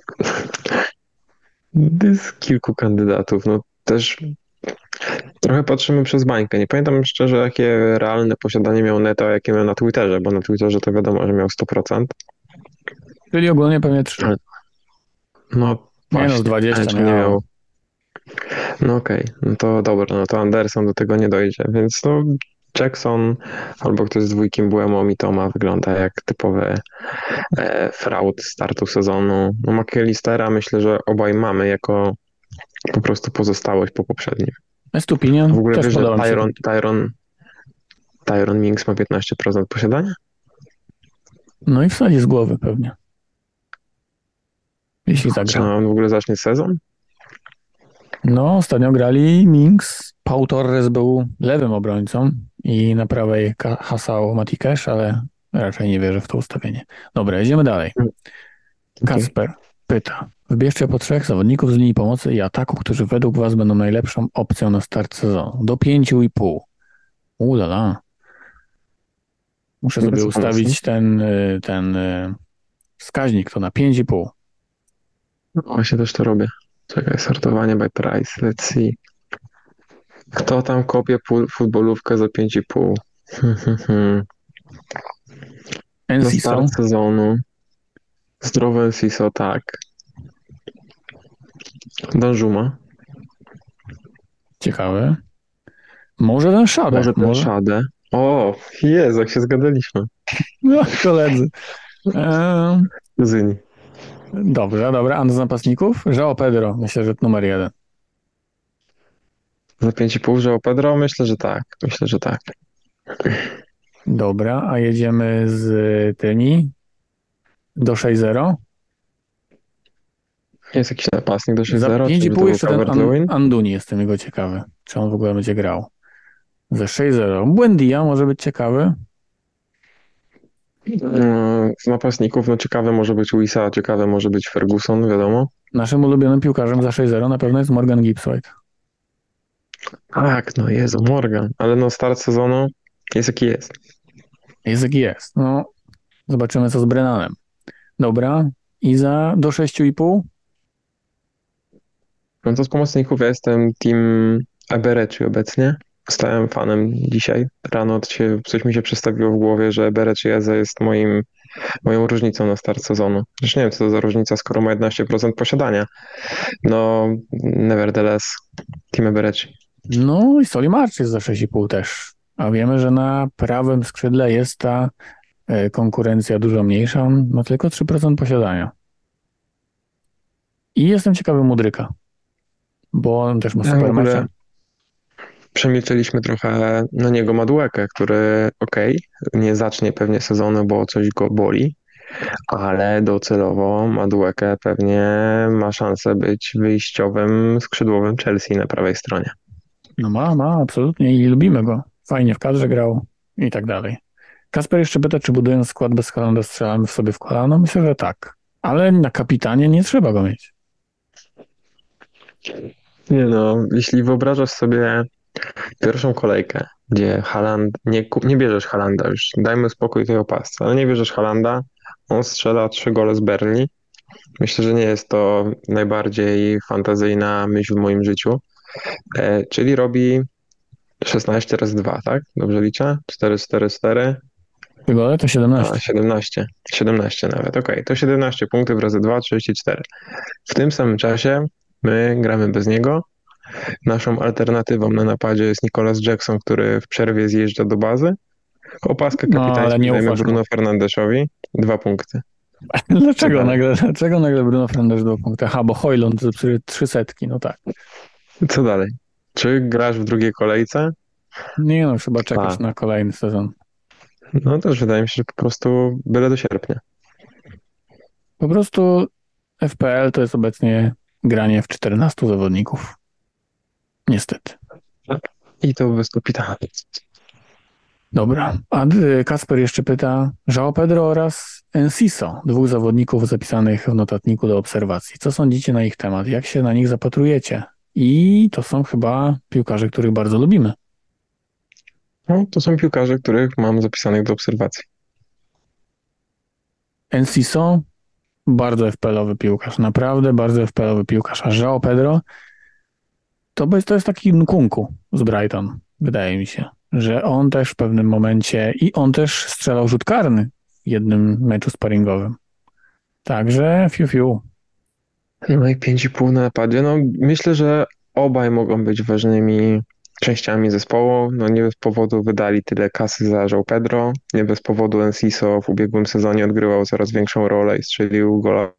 jest kilku kandydatów, no też trochę patrzymy przez bańkę. Nie pamiętam szczerze, jakie realne posiadanie miał Neto, a jakie miał na Twitterze, bo na Twitterze to wiadomo, że miał 100%. Czyli ogólnie pewnie 3. Ale no Nie no, z właśnie, ale 20 czy nie miał. miał. No okej, no to dobra, no to Anderson do tego nie dojdzie, więc no Jackson albo ktoś z dwójkiem Buemo Mitoma wygląda jak typowy fraud startu sezonu. No McAllistera myślę, że obaj mamy jako po prostu pozostałość po poprzednim. W Estupinian ogóle też wiesz, że podoba mi się ten. Tyron Mings ma 15% posiadania? No i wsadzi z głowy pewnie, jeśli Czy zagra. on w ogóle zacznie sezon? No, ostatnio grali Minks. Pau Torres był lewym obrońcą i na prawej hasał Mati Cash, ale raczej nie wierzę w to ustawienie. Dobra, jedziemy dalej. Okay. Kasper pyta. Wybierzcie po 3 zawodników z linii pomocy i ataku, którzy według Was będą najlepszą opcją na start sezonu. Do 5,5. Ulala. Muszę sobie Bez pomocy. ustawić ten wskaźnik, to na 5,5. No, właśnie też to robię. Czekaj, sortowanie by price, let's see. Kto tam kopie futbolówkę za 5,5? Na start Enciso. sezonu. Zdrowe Siso, tak. Danjuma. Ciekawe. Może ten Szadę. Może ten Może. Szadę. O, Jezu, jak się zgadaliśmy. No, koledzy. Eee, Kuzyni. dobrze, dobra. A z napastników? João Pedro. Myślę, że numer 1. Za 5,5 João Pedro? Myślę, że tak. Myślę, że tak. Dobra, a jedziemy z tymi do 6,0. Jest jakiś napastnik do Za 6-0, 5,5 czyżby to był jeszcze ten Calvert-Lewin? Anduni, jestem jego ciekawy. Czy on w ogóle będzie grał? Za 6,0. Buendia może być ciekawy. Z napastników, no ciekawe może być Wisa, ciekawe może być Ferguson, wiadomo. Naszym ulubionym piłkarzem za 6,0 na pewno jest Morgan Gibbs-White. Tak, no Jezu, Morgan. Ale no start sezonu jest jaki jest. Jest jaki jest. No, zobaczymy co z Brennanem. Dobra. I do 6,5? No to z pomocników ja jestem team Eberechi obecnie. Stałem fanem dzisiaj. Rano coś mi się przestawiło w głowie, że Eberechi Eze jest moją różnicą na start sezonu. Zresztą nie wiem, co to za różnica, skoro ma 11% posiadania. No, nevertheless, team Eberechi. No i Soli March jest za 6,5 też. A wiemy, że na prawym skrzydle jest ta konkurencja dużo mniejsza. On ma tylko 3% posiadania. I jestem ciekawy Mudryka, bo on też ma Ja w super ogóle mecze. przemilczeliśmy trochę na niego Maduekę, który nie zacznie pewnie sezonu, bo coś go boli, ale docelowo Maduekę pewnie ma szansę być wyjściowym skrzydłowym Chelsea na prawej stronie. No ma, absolutnie i lubimy go. Fajnie w kadrze grał i tak dalej. Kasper jeszcze pyta, czy budując skład bez Halanda strzelamy w sobie w kolano? Myślę, że tak. Ale na kapitanie nie trzeba go mieć. Nie no, jeśli wyobrażasz sobie pierwszą kolejkę, gdzie Haaland, nie bierzesz Haalanda już, dajmy spokój tej opasce, ale nie bierzesz Haalanda, on strzela 3 gole z Berli. Myślę, że nie jest to najbardziej fantazyjna myśl w moim życiu. Czyli robi 16 razy 2, tak? Dobrze liczę? 4, 4, 4, Trzy gole to a 17. 17. 17 nawet, okej. To 17 punktów razy 2, 34. W tym samym czasie my gramy bez niego. Naszą alternatywą na napadzie jest Nicolas Jackson, który w przerwie zjeżdża do bazy. Opaskę No, ale kapitańską nie dajemy ufasz mu. Bruno Fernandeszowi. 2 punkty. Co Dlaczego dalej? nagle, dlaczego nagle Bruno Fernandes 2 punkty? Aha, bo Hojlund zepsuje 300, no tak. Co dalej? Czy grasz w drugiej kolejce? Nie no, trzeba czekać A, na kolejny sezon. no też wydaje mi się, że po prostu byle do sierpnia. Po prostu FPL to jest obecnie granie w 14 zawodników. Niestety. I to bez kapitana. Dobra. A Kasper jeszcze pyta, João Pedro oraz Enciso, dwóch zawodników zapisanych w notatniku do obserwacji. Co sądzicie na ich temat? Jak się na nich zapatrujecie? I to są chyba piłkarze, których bardzo lubimy. No, to są piłkarze, których mam zapisanych do obserwacji. Enciso, bardzo FPL-owy piłkarz, naprawdę bardzo FPL-owy piłkarz. A João Pedro to jest taki Nkunku z Brighton, wydaje mi się, że on też w pewnym momencie i on też strzelał rzut karny w jednym meczu sparingowym. Także fiu fiu. No i 5,5 na napadzie. No, myślę, że obaj mogą być ważnymi częściami zespołu. No, nie bez powodu wydali tyle kasy za João Pedro. Nie bez powodu Enciso w ubiegłym sezonie odgrywał coraz większą rolę i strzelił gola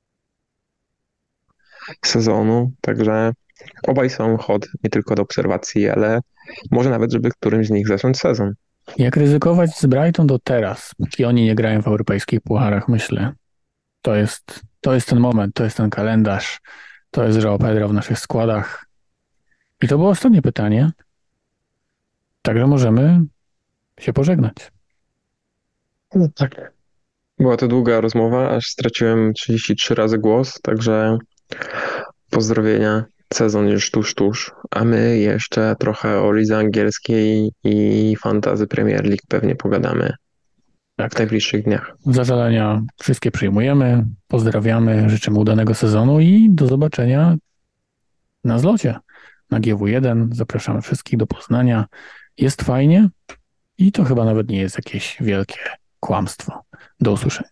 sezonu. Także obaj są hot nie tylko do obserwacji, ale może nawet, żeby którymś z nich zacząć sezon. Jak ryzykować z Brighton do teraz, póki oni nie grają w europejskich pucharach, myślę. To jest ten moment, to jest ten kalendarz, to jest João Pedro w naszych składach. I to było ostatnie pytanie. Także możemy się pożegnać. No tak. Była to długa rozmowa, aż straciłem 33 razy głos, także pozdrowienia. Sezon już tuż, tuż, a my jeszcze trochę o lidze angielskiej i fantasy Premier League pewnie pogadamy w Tak, najbliższych dniach. zażalenia wszystkie przyjmujemy, pozdrawiamy, życzymy udanego sezonu i do zobaczenia na zlocie na GW1. Zapraszamy wszystkich do Poznania. Jest fajnie i to chyba nawet nie jest jakieś wielkie kłamstwo. Do usłyszenia.